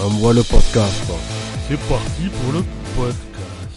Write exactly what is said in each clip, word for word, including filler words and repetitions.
Envoie le podcast. Quoi. C'est parti pour le podcast.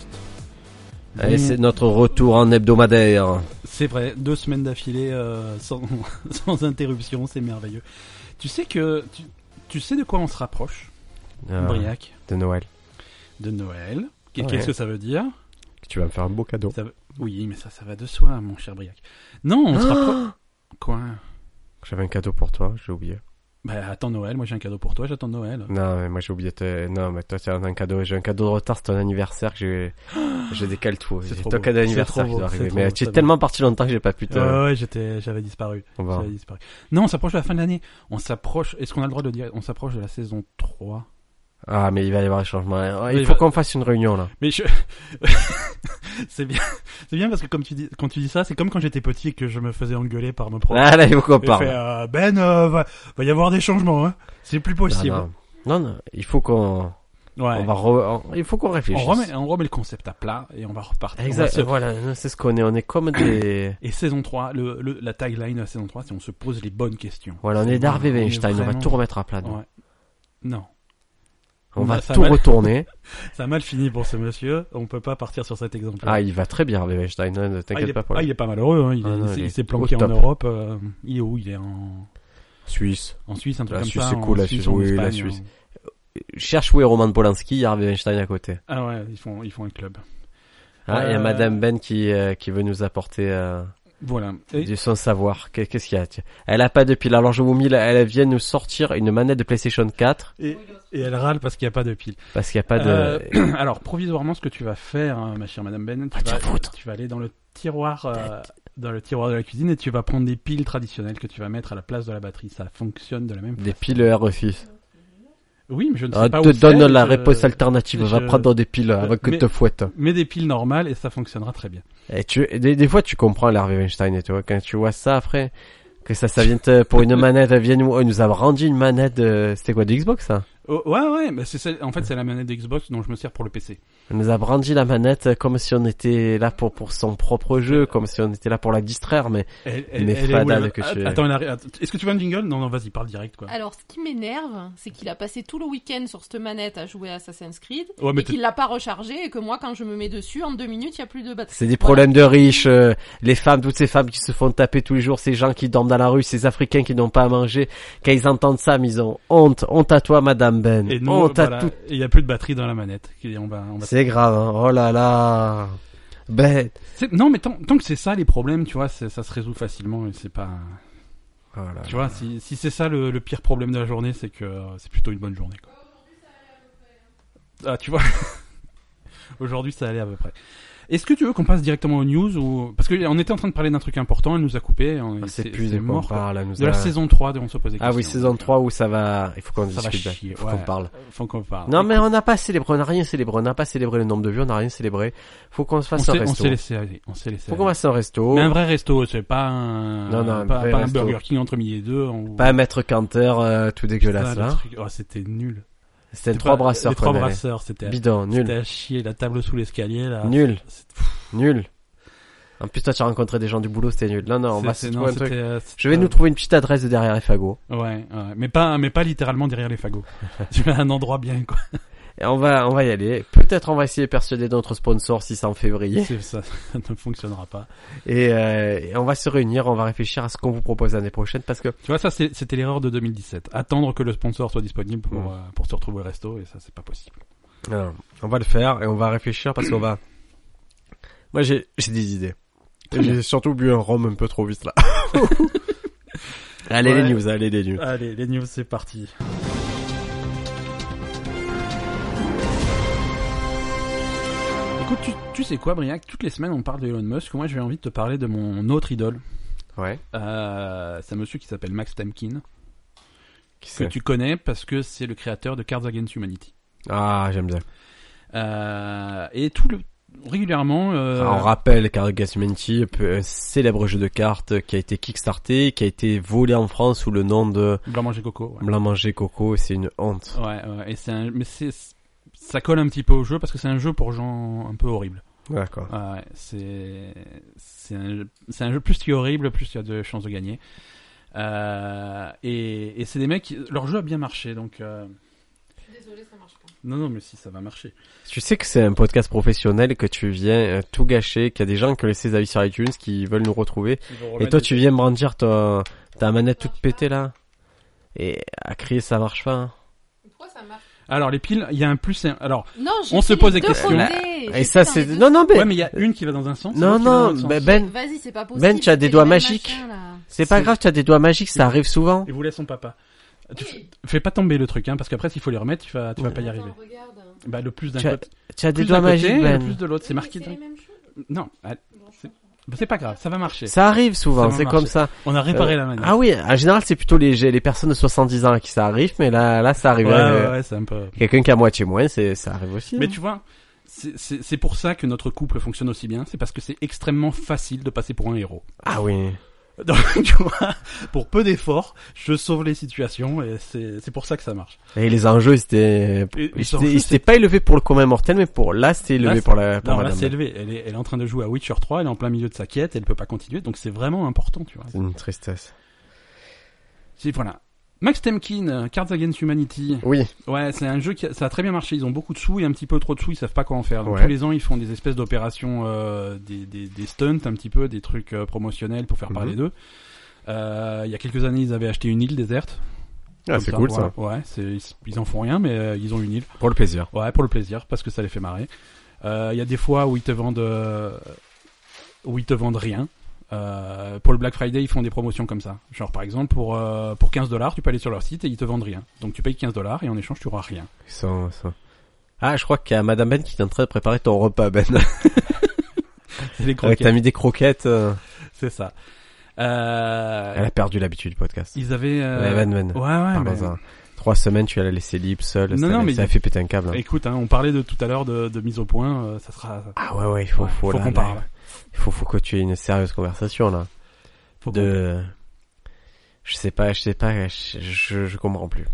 Allez, Bon, c'est notre retour en hebdomadaire. c'est vrai, deux semaines d'affilée euh, sans, sans interruption, c'est merveilleux. Tu sais que tu, tu sais de quoi on se rapproche, Euh, Briac? de Noël. De Noël. Qu'est- Ouais. Qu'est-ce que ça veut dire? Tu vas me faire un beau cadeau. Ça veut- Oui, mais ça, ça va de soi, mon cher Briac. Non, on se rapproche. Quoi? J'avais un cadeau pour toi, j'ai oublié. Bah attends Noël, moi j'ai un cadeau pour toi, j'attends Noël. Non, mais moi j'ai oublié. Te... Non, mais toi tu as un cadeau. J'ai un cadeau de retard, c'est ton anniversaire que j'ai. Je décale tout. C'est J'ai trop ton beau. cadeau C'est d'anniversaire trop qui beau, doit c'est arriver. trop Mais beau, tu es c'est tellement parti longtemps que j'ai pas pu te. Ouais, ouais, j'étais, j'avais disparu. On va. J'avais disparu. Non, on s'approche de la fin de l'année. On s'approche. Est-ce qu'on a le droit de le dire? On s'approche de la saison trois. Ah, mais il va y avoir des changements. Ouais, Il il faut va- qu'on fasse une réunion là. Mais je... c'est bien, c'est bien parce que comme tu dis, quand tu dis ça, c'est comme quand j'étais petit et que je me faisais engueuler par mon prof. Ah là, il faut qu'on Il parle. fait, euh, Ben, euh, va, va y avoir des changements, hein. C'est plus possible. Non, non, non, non, il faut qu'on. Ouais. On va re- on- Il faut qu'on On réfléchisse. remet, on remet le concept à plat et on va repartir. On va Exact. se- Voilà, c'est ce qu'on est. On est comme des. Et saison trois, le, le, la tagline de la saison trois, c'est on se pose les bonnes questions. Voilà, on C'est est d'Harvey vraiment- Weinstein. On va vraiment- tout remettre à plat. nous. Ouais. Non. On va Ça tout va- retourner. Ça a mal fini pour ce monsieur. On peut pas partir sur cet exemple. Ah, il va très bien, Harvey Weinstein. hein, Ne Ah, il, t'inquiète est, pas pour ah, lui. il est pas malheureux, hein. il, Ah, est- non, il s'est- il il est s'est au planqué en top. Europe. euh, il est où? Il est en, Suisse. en Suisse, un truc La comme Suisse, ça. c'est en cool, la Suisse Suisse, ou en oui, la Espagne, Suisse. euh. Cherche où est Roman Polanski, il y a Harvey Weinstein à côté. Ah ouais, ils font, ils font un club. Ah, il y a Euh, Madame Ben qui, euh, qui veut nous apporter euh, Voilà. Et- du son savoir. Qu'est- Qu'est-ce qu'il y a tiens. Elle a pas de pile. Alors je vous mis, là, elle vient nous sortir une manette de PlayStation quatre Et, et elle râle parce qu'il n'y a pas de pile. parce qu'il y a pas de. Euh, alors, provisoirement, ce que tu vas faire, hein, ma chère Madame Ben, tu, Ah, tiens, vas, foutre. tu vas aller dans le tiroir, euh, dans le tiroir de la cuisine et tu vas prendre des piles traditionnelles que tu vas mettre à la place de la batterie. Ça fonctionne de la même Des façon. piles R six. Oui, mais je ne sais Ah, pas te où donne c'est, la je- réponse alternative. Va je- prendre des piles avec que mais- te fouette. Mets des piles normales et ça fonctionnera très bien. Et tu, des, des fois, tu comprends l'Harvey Weinstein et toi, quand tu vois ça après, que ça, ça vient te, pour une manette, elle vient nous, oh, il nous a rendu une manette de, c'était quoi, de Xbox, ça? Oh, ouais, ouais, mais c'est celle- en fait, c'est la manette d'Xbox dont je me sers pour le P C. Elle nous a brandi la manette comme si on était là pour, pour son propre jeu, comme si on était là pour la distraire, mais Elle, Mais est où, fadade la- que Att- tu es. Attends, elle arri- att- est-ce que tu veux un jingle? Non, non, vas-y, parle direct, quoi. Alors, ce qui m'énerve, c'est qu'il a passé tout le week-end sur cette manette à jouer à Assassin's Creed Ouais, mais et qu'il l'a pas rechargé et que moi, quand je me mets dessus, en deux minutes, il y a plus de batterie. c'est des Voilà. problèmes de riches, euh, les femmes, toutes ces femmes qui se font taper tous les jours, ces gens qui dorment dans la rue, ces Africains qui n'ont pas à manger, quand ils entendent ça, mais ils ont honte, honte à toi, Madame Ben, Et nous, honte à voilà, tout. et il y a plus de batterie dans la manette. Et On va, on va... C'est grave, hein. Oh là là. Ben, C'est- Non, mais tant, tant que c'est ça les problèmes, tu vois, c'est- ça se résout facilement et c'est pas. oh là Tu vois, si, si c'est ça le, le pire problème de la journée, c'est que euh, c'est plutôt une bonne journée, quoi. Ah, tu vois. Aujourd'hui, ça allait à peu près. Est-ce que tu veux qu'on passe directement aux news ou parce qu'on était en train de parler d'un truc important, elle nous a coupé. On... Ah, c'est plus de quoi on mort, quoi. parle, là, nous De la a- saison trois, de on se pose des Ah oui, questions. saison trois où ça va, il faut qu'on Ça va discute. chier. Il faut ouais. qu'on parle. Faut qu'on parle. Non, mais on n'a pas célébré, on n'a rien célébré, on n'a pas célébré le nombre de vues, on n'a rien célébré. Faut qu'on se on fasse un s'est, on resto. s'est laissé aller. On s'est laissé Faut qu'on aller. fasse un resto. Mais un vrai resto, c'est pas un, Non, non, un pas, vrai pas un resto. Burger King entre midi et deux. On... Pas un maître canteur, euh, tout dégueulasse, Putain, le là. truc- Oh, c'était nul. C'était C'était trois pas- brasseurs Les qu'on trois allait. brasseurs, c'était à, Bidon, c'était nul. à chier. La table sous l'escalier, là. Nul. C'est- Nul. En plus, toi, tu as rencontré des gens du boulot, c'était nul. Non, non, on va se c'est- trouver non, un truc. c'était, euh, c'était Je vais pas- nous trouver une petite adresse de derrière les fagots. Ouais, ouais, mais pas, mais pas littéralement derrière les fagots. Tu as un endroit bien, quoi. Et on va, on va y aller. Peut-être on va essayer de persuader notre sponsor si c'est en février. C'est- ça, ça ne fonctionnera pas. Et, euh, et on va se réunir, on va réfléchir à ce qu'on vous propose l'année prochaine parce que Tu vois, ça, c'est- c'était l'erreur de deux mille dix-sept. Attendre que le sponsor soit disponible pour, Mm. euh, pour se retrouver au resto, et ça, c'est pas possible. alors, on va le faire et on va réfléchir parce qu'on va. Moi, j'ai, j'ai des idées. Et j'ai surtout bu un rhum un peu trop vite là. Allez Ouais. les news, allez les news. Allez, les news, c'est parti. Écoute, tu, tu sais quoi, Briac, toutes les semaines on parle de Elon Musk. Moi, j'ai envie de te parler de mon autre idole. Ouais. Euh, c'est un monsieur qui s'appelle Max Temkin, Qui que c'est tu connais parce que c'est le créateur de Cards Against Humanity. Ah, j'aime bien. Euh, et tout le régulièrement. Euh, Alors, on rappelle Cards Against Humanity, un célèbre jeu de cartes qui a été kickstarté, qui a été volé en France sous le nom de Blanc Manger Coco. Ouais. Blanc Manger Coco. C'est une honte. Ouais, ouais, et c'est un, mais c'est, ça colle un petit peu au jeu parce que c'est un jeu pour gens un peu horribles. D'accord. Ah ouais, c'est, c'est un, c'est un jeu plus qui est horrible, plus il y a de chances de gagner. Euh, et, et c'est des mecs, qui, leur jeu a bien marché, donc. Euh, suis désolée, ça marche pas. Non, non, mais si, ça va marcher. Tu sais que c'est un podcast professionnel, que tu viens euh, tout gâcher, qu'il y a des gens qui ont laissé des avis sur iTunes, qui veulent nous retrouver. Et toi, tu viens me brandir ta, ta manette toute pétée là. Et à crier, ça marche pas. Hein. Pourquoi ça marche? Alors, les piles, il y a un plus et un... Alors, Non, j'ai on fait se pose les des deux questions. côtés. Et J'ai ça, fait c'est... dans les deux Non, non, sens. mais... ouais, mais il y a une qui va dans un sens. Non, l'autre qui va dans non, l'autre sens. ben, Ben, Vas-y, c'est pas possible. Ben, tu as des c'est doigts le même magiques. machin, là. c'est pas c'est- grave, tu as des doigts magiques, ça arrive souvent. Et vous laisse son papa. Tu Oui. fais, fais pas tomber le truc, hein, parce qu'après, s'il faut les remettre, tu vas, tu vas pas y Attends, arriver. regarde. Bah, le plus d'un Tu as, côté. tu as des Plus doigts d'un côté, magiques, le Ben. plus de l'autre, c'est Oui, marqué. mais dans- C'est les mêmes choses. Non, allez, Bon, je C'est- comprends. bah, c'est pas grave, ça va marcher. Ça arrive souvent, Ça va c'est marcher. comme ça. On a réparé Euh, la manette. Ah oui, en général, c'est plutôt les, les personnes de soixante-dix ans à qui ça arrive, mais là, là, ça arrive. Ouais, hein, ouais, euh, ouais, c'est un peu. Quelqu'un qui a moitié moins, c'est, ça arrive aussi. Mais hein. tu vois, c'est- c'est c'est pour ça que notre couple fonctionne aussi bien. C'est parce que c'est extrêmement facile de passer pour un héros. Ah oui. Donc, tu vois, pour peu d'efforts, je sauve les situations et c'est c'est pour ça que ça marche. Et les enjeux, c'était, Et- et ils sur- s'étaient- ils s'étaient pas élevés pour le commun mortel, mais pour, là, c'était élevé Là, pour la, pour Non, là, madame. c'est élevé. Elle est, elle est en train de jouer à Witcher trois, elle est en plein milieu de sa quête, elle peut pas continuer, donc c'est vraiment important, tu vois. C'est une tristesse. C'est, voilà. Max Temkin, euh, Cards Against Humanity. Oui. Ouais, c'est un jeu qui a, ça a très bien marché. Ils ont beaucoup de sous et un petit peu trop de sous. Ils savent pas quoi en faire. Donc, Ouais. tous les ans, ils font des espèces d'opérations, euh, des, des, des stunts un petit peu, des trucs euh, promotionnels pour faire parler Mhm. d'eux. Euh, il y a quelques années, ils avaient acheté une île déserte. Ah, Comme c'est cool, voilà. ça. Ouais, c'est, ils, ils en font rien, mais euh, ils ont une île. Pour le plaisir. Ouais, pour le plaisir, parce que ça les fait marrer. Euh, Il y a des fois où ils te vendent, euh, où ils te vendent rien. Euh, pour le Black Friday, ils font des promotions comme ça. Genre, par exemple, pour euh, pour quinze dollars, tu peux aller sur leur site et ils te vendent rien. Donc, tu payes quinze dollars et en échange, tu auras rien. Ils sont, ils sont- Ah, je crois qu'il y a Madame Ben qui est en train de préparer ton repas, Ben. C'est les Avec, croquettes. t'as mis des croquettes. euh, C'est ça. Euh, Elle a perdu l'habitude du podcast. Ils avaient. Euh... Ouais, Ben, Ben. Ouais, ouais. Parlons-en. mais- Trois semaines, tu l'as laissé libre, seul. Non, ça, non, ça mais- a fait péter un câble. hein. Écoute, hein, on parlait de tout à l'heure de, de mise au point. euh, ça sera. Ah ouais, ouais, il faut, Ouais, faut, faut là, qu'on là, parle. Il faut, faut que tu aies une sérieuse conversation, là. Faut qu'on- De, je sais pas, je sais pas, je, je, je comprends plus.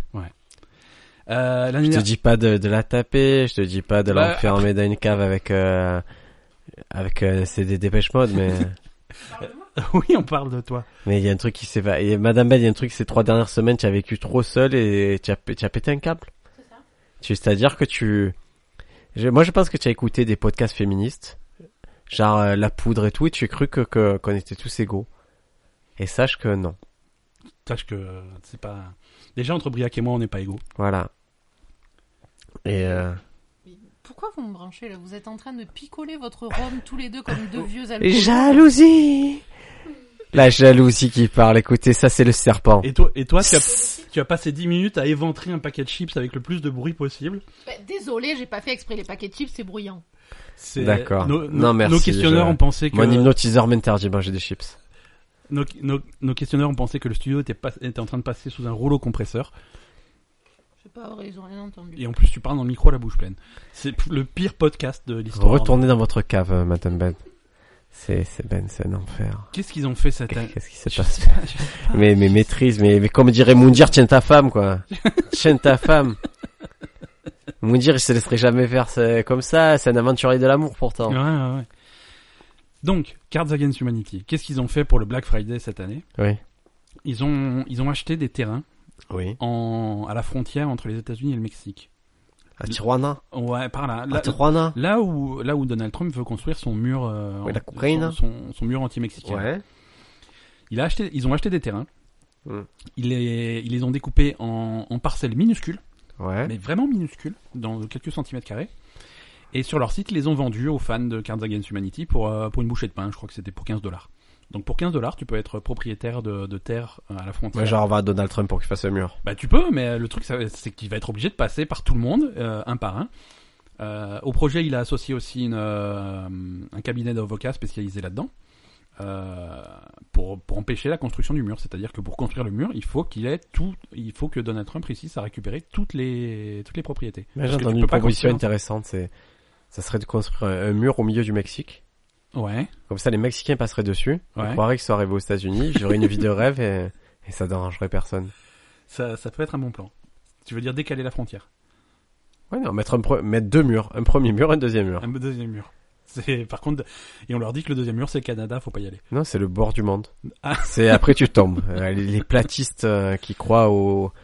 Euh, l'année Je te dernière- dis pas de, de la taper, je te dis pas de Bah, l'enfermer dans une cave avec, euh, avec, euh, c'est des dépêches mode, mais, Oui, on parle de toi. mais il y a un truc qui s'est va, et Madame Belle, il y a un truc, ces trois dernières semaines, tu as vécu trop seul et tu as, tu as pété un câble. C'est ça. Tu, c'est-à-dire que tu, je- moi je pense que tu as écouté des podcasts féministes, genre euh, La Poudre et tout, et tu as cru que, que, qu'on était tous égaux. Et sache que non. Sache que euh, c'est pas. Déjà entre Briac et moi, on n'est pas égaux. Voilà. Et euh... Mais pourquoi vous me branchez là? Vous êtes en train de picoler votre rhum tous les deux comme deux vieux alcooliques. jalousie. La jalousie qui parle. Écoutez, ça c'est le serpent. Et toi, et toi, tu as, tu as passé dix minutes à éventrer un paquet de chips avec le plus de bruit possible. Bah, désolé, j'ai pas fait exprès. Les paquets de chips, c'est bruyant. C'est- D'accord. Nos, Non, nos- merci, nos questionneurs je- ont pensé que Mon hypnotiseur m'interdit de manger des chips. nos, nos, nos questionneurs ont pensé que le studio était, pas, était en train de passer sous un rouleau compresseur. Je sais pas, ils ont rien entendu. Et en plus, tu parles dans le micro à la bouche pleine. C'est le pire podcast de l'histoire. Retournez dans votre cave, euh, Madame Ben. C'est, c'est Ben, c'est un enfer. Qu'est-ce qu'ils ont fait cette année? Qu'est-ce qui se Je passe? sais pas, je sais pas. Mais, mais maîtrise, mais, mais comme dirait Moundir, tiens ta femme, quoi. Tiens ta femme. Moundir, il se laisserait jamais faire, c'est comme ça, c'est un aventurier de l'amour, pourtant. Ouais, ouais, ouais. Donc, Cards Against Humanity. Qu'est-ce qu'ils ont fait pour le Black Friday cette année? Oui. Ils ont, ils ont acheté des terrains Oui. en, à la frontière entre les États-Unis et le Mexique. À Tijuana. Ouais, par là. À Là, Tijuana. là où, là où Donald Trump veut construire son mur, euh, Oui, la en- cocaïne. son, son, son mur anti-mexicain. Ouais. Il a acheté, ils ont acheté des terrains. Mm. Ils les, ils les ont découpés en, en parcelles minuscules, Ouais. mais vraiment minuscules, dans quelques centimètres carrés. Et sur leur site, ils les ont vendus aux fans de Cards Against Humanity pour, euh, pour une bouchée de pain. Je crois que c'était pour quinze dollars. Donc pour quinze dollars, tu peux être propriétaire de, de terre euh, à la frontière. Ouais, genre, on va à Donald Trump pour qu'il fasse le mur. Bah tu peux, mais le truc ça- c'est qu'il va être obligé de passer par tout le monde, euh, un par un. Euh, au projet, il a associé aussi une, euh, un cabinet d'avocats spécialisé là-dedans euh, pour, pour empêcher la construction du mur. C'est-à-dire que pour construire le mur, il faut qu'il ait tout, il faut que Donald Trump réussisse à récupérer toutes les toutes les propriétés. Mais j'ai Parce que entendu tu une peux pas proposition construire- intéressante, c'est, ça serait de construire un, un mur au milieu du Mexique. Ouais. Comme ça, les Mexicains passeraient dessus. Ouais. On croirait qu'ils sont arrivés aux États-Unis. J'aurais une vie de rêve et, et ça dérangerait personne. Ça, ça peut être un bon plan. Tu veux dire décaler la frontière, Ouais, non, mettre un pre- mettre deux murs. Un premier mur, un deuxième mur. un deuxième mur. C'est par contre, et on leur dit que le deuxième mur c'est le Canada, faut pas y aller. Non, c'est le bord du monde. Ah. C'est après tu tombes. Euh, les, les platistes euh, qui croient au,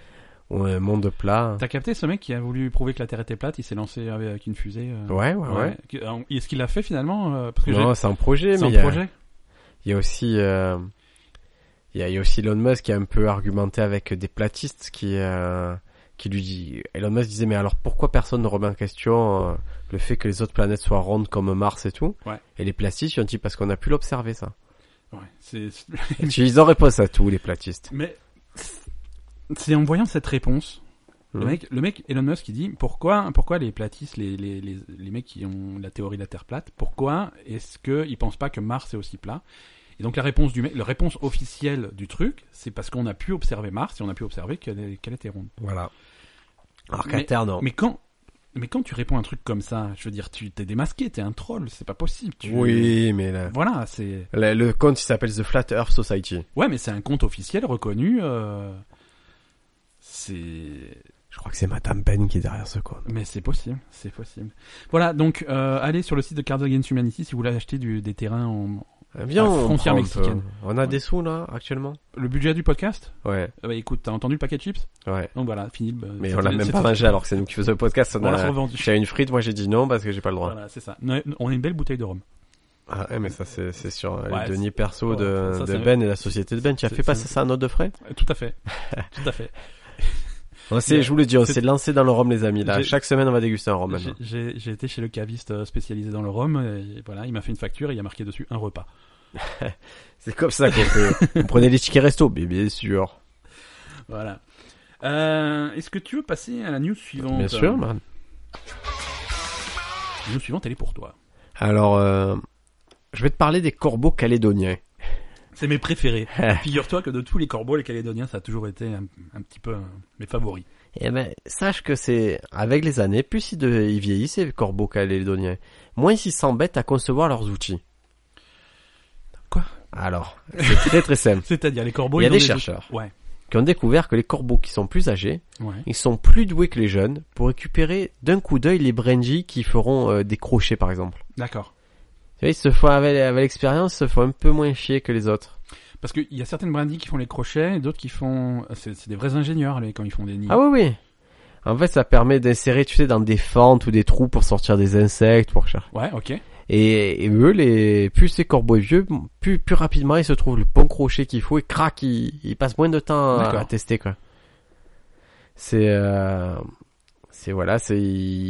ou un monde plat. T'as capté ce mec qui a voulu prouver que la Terre était plate, il s'est lancé avec une fusée. Euh... Ouais, ouais, ouais. ouais. Est-ce qu'il l'a fait finalement euh, parce que Non, j'ai... c'est un projet, c'est mais un il y a, projet. il y a aussi, euh, il y a, il y a aussi Elon Musk qui a un peu argumenté avec des platistes qui, euh, qui lui dit, Elon Musk disait, mais alors pourquoi personne ne remet en question euh, le fait que les autres planètes soient rondes comme Mars et tout? Ouais. Et les platistes, ils ont dit parce qu'on a pu l'observer, ça. Ouais, c'est... Ils ont réponse à tout, les platistes. Mais c'est en voyant cette réponse, Mmh. le mec, le mec Elon Musk, il dit pourquoi, pourquoi les platistes, les, les, les, les mecs qui ont la théorie de la Terre plate, pourquoi est-ce qu'ils pensent pas que Mars est aussi plat? Et donc la réponse du mec, la réponse officielle du truc, c'est parce qu'on a pu observer Mars et on a pu observer qu'elle, qu'elle était ronde. Voilà. Alors Mais- qu'à Terre, non. Mais quand, mais quand tu réponds à un truc comme ça, je veux dire, tu t'es démasqué, t'es un troll, c'est pas possible. Tu... Oui, mais là, Voilà, c'est. le, le compte, il s'appelle The Flat Earth Society. Ouais, mais c'est un compte officiel reconnu. Euh... C'est. Je crois que c'est Madame Ben qui est derrière ce compte. Mais c'est possible, c'est possible. Voilà, donc euh, allez sur le site de Cards Against Humanity si vous voulez acheter du, des terrains en. Eh bien, À on frontière prend un mexicaine. peu. On a Ouais. des sous, là, actuellement? Le budget du podcast Ouais, euh, Bah écoute, t'as entendu le paquet de chips? ouais. Donc voilà, fini. le- Mais c'était- on l'a même c'était- pas mangé alors que c'est nous qui faisons le podcast. On On l'a a revendu. j'ai une frite, moi j'ai dit non parce que j'ai pas le droit. Voilà, c'est ça. On a une belle bouteille de rhum. Ah ouais, mais ça c'est, c'est sur euh, Ouais, les deniers perso ouais, de, ça, de c'est- Ben et la société de Ben. Tu as c'est- fait passer c'est- ça à note de frais? Euh, Tout à fait. Tout à fait. On s'est, je vous le dis, on c'est- s'est lancé dans le rhum, les amis. Là, J'ai- chaque semaine, on va déguster un rhum J'ai, maintenant. j'ai, j'ai été chez le caviste euh, spécialisé dans le rhum. Et voilà, il m'a fait une facture et il a marqué dessus un repas. C'est comme ça qu'on fait. Vous prenez les tickets resto? Mais bien sûr. Voilà. Euh, est-ce que tu veux passer à la news suivante? Bien sûr, man. La news suivante, elle est pour toi. Alors, euh, je vais te parler des corbeaux calédoniens. C'est mes préférés. Figure-toi que de tous les corbeaux, les calédoniens, ça a toujours été un, un petit peu euh, mes favoris. Eh ben, sache que c'est, avec les années, plus ils, de, ils vieillissent, ces corbeaux calédoniens, moins ils s'embêtent à concevoir leurs outils. Quoi? Alors, c'est très très simple. C'est-à-dire les corbeaux. Il y a ils ont des chercheurs. Ouais. Qui ont découvert que les corbeaux qui sont plus âgés, Ouais. ils sont plus doués que les jeunes pour récupérer d'un coup d'œil les brindilles qui feront euh, des crochets par exemple. D'accord. Tu vois, ils se font avec, avec l'expérience, ils se font un peu moins chier que les autres. Parce qu'il y a certaines brindilles qui font les crochets et d'autres qui font. C'est, c'est des vrais ingénieurs les, quand ils font des nids. Ah oui oui. En fait, ça permet d'insérer, tu sais, dans des fentes ou des trous pour sortir des insectes, pour chercher. Ouais, ok. Et, et eux, les plus ces corbeaux vieux, plus plus rapidement ils se trouvent le bon crochet qu'il faut et crac, ils, ils passent moins de temps à, D'accord. à tester quoi. C'est euh, c'est voilà, c'est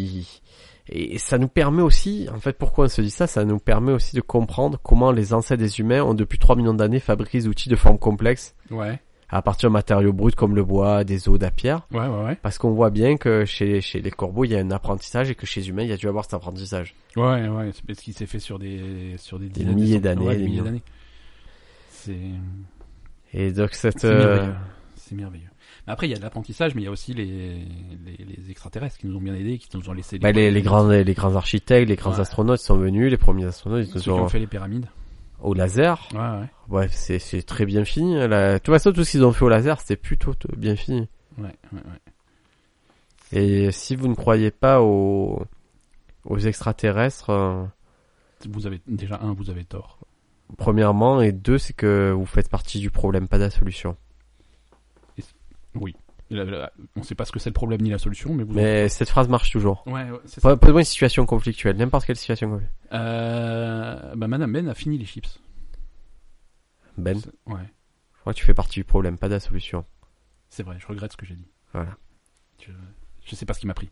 et ça nous permet aussi, en fait, pourquoi on se dit ça, ça nous permet aussi de comprendre comment les ancêtres des humains ont depuis trois millions d'années fabriqué des outils de forme complexe Ouais. à partir de matériaux bruts comme le bois, des os, de la pierre. Ouais, ouais, ouais. Parce qu'on voit bien que chez chez les corbeaux il y a un apprentissage et que chez les humains il y a dû avoir cet apprentissage. Ouais, ouais. C'est parce qu'il s'est fait sur des sur des, Des dizaines, milliers centaines- d'années, ouais, des des milliers millions. d'années. C'est. Et donc cette C'est euh, merveilleux. C'est merveilleux. Mais après, il y a de l'apprentissage, mais il y a aussi les, les, les extraterrestres qui nous ont bien aidés, qui nous ont laissé. bah, les, les grands les grands architectes, les grands Ouais. astronautes sont venus, les premiers astronautes ils Ceux nous qui ont ont fait les pyramides. au laser. Ouais, ouais. Ouais, c'est c'est très bien fini. La... De toute façon, tout ce qu'ils ont fait au laser, c'était plutôt t- bien fini. Ouais, ouais, ouais. Et si vous ne croyez pas aux aux extraterrestres, euh, Vous avez déjà un, vous avez tort. premièrement, et deux, c'est que vous faites partie du problème, pas de la solution. Oui. La- la- on sait pas ce que c'est le problème ni la solution, mais vous. Mais cette phrase marche toujours. Ouais, ouais, c'est ça. Pas Pose-moi une situation conflictuelle, n'importe quelle situation conflictuelle. Euh, bah, Madame Ben a fini les chips. Ben, C'est- Ouais, je crois que tu fais partie du problème, pas de la solution. c'est vrai. Je regrette ce que j'ai dit. Voilà. Je, je sais pas ce qui m'a pris.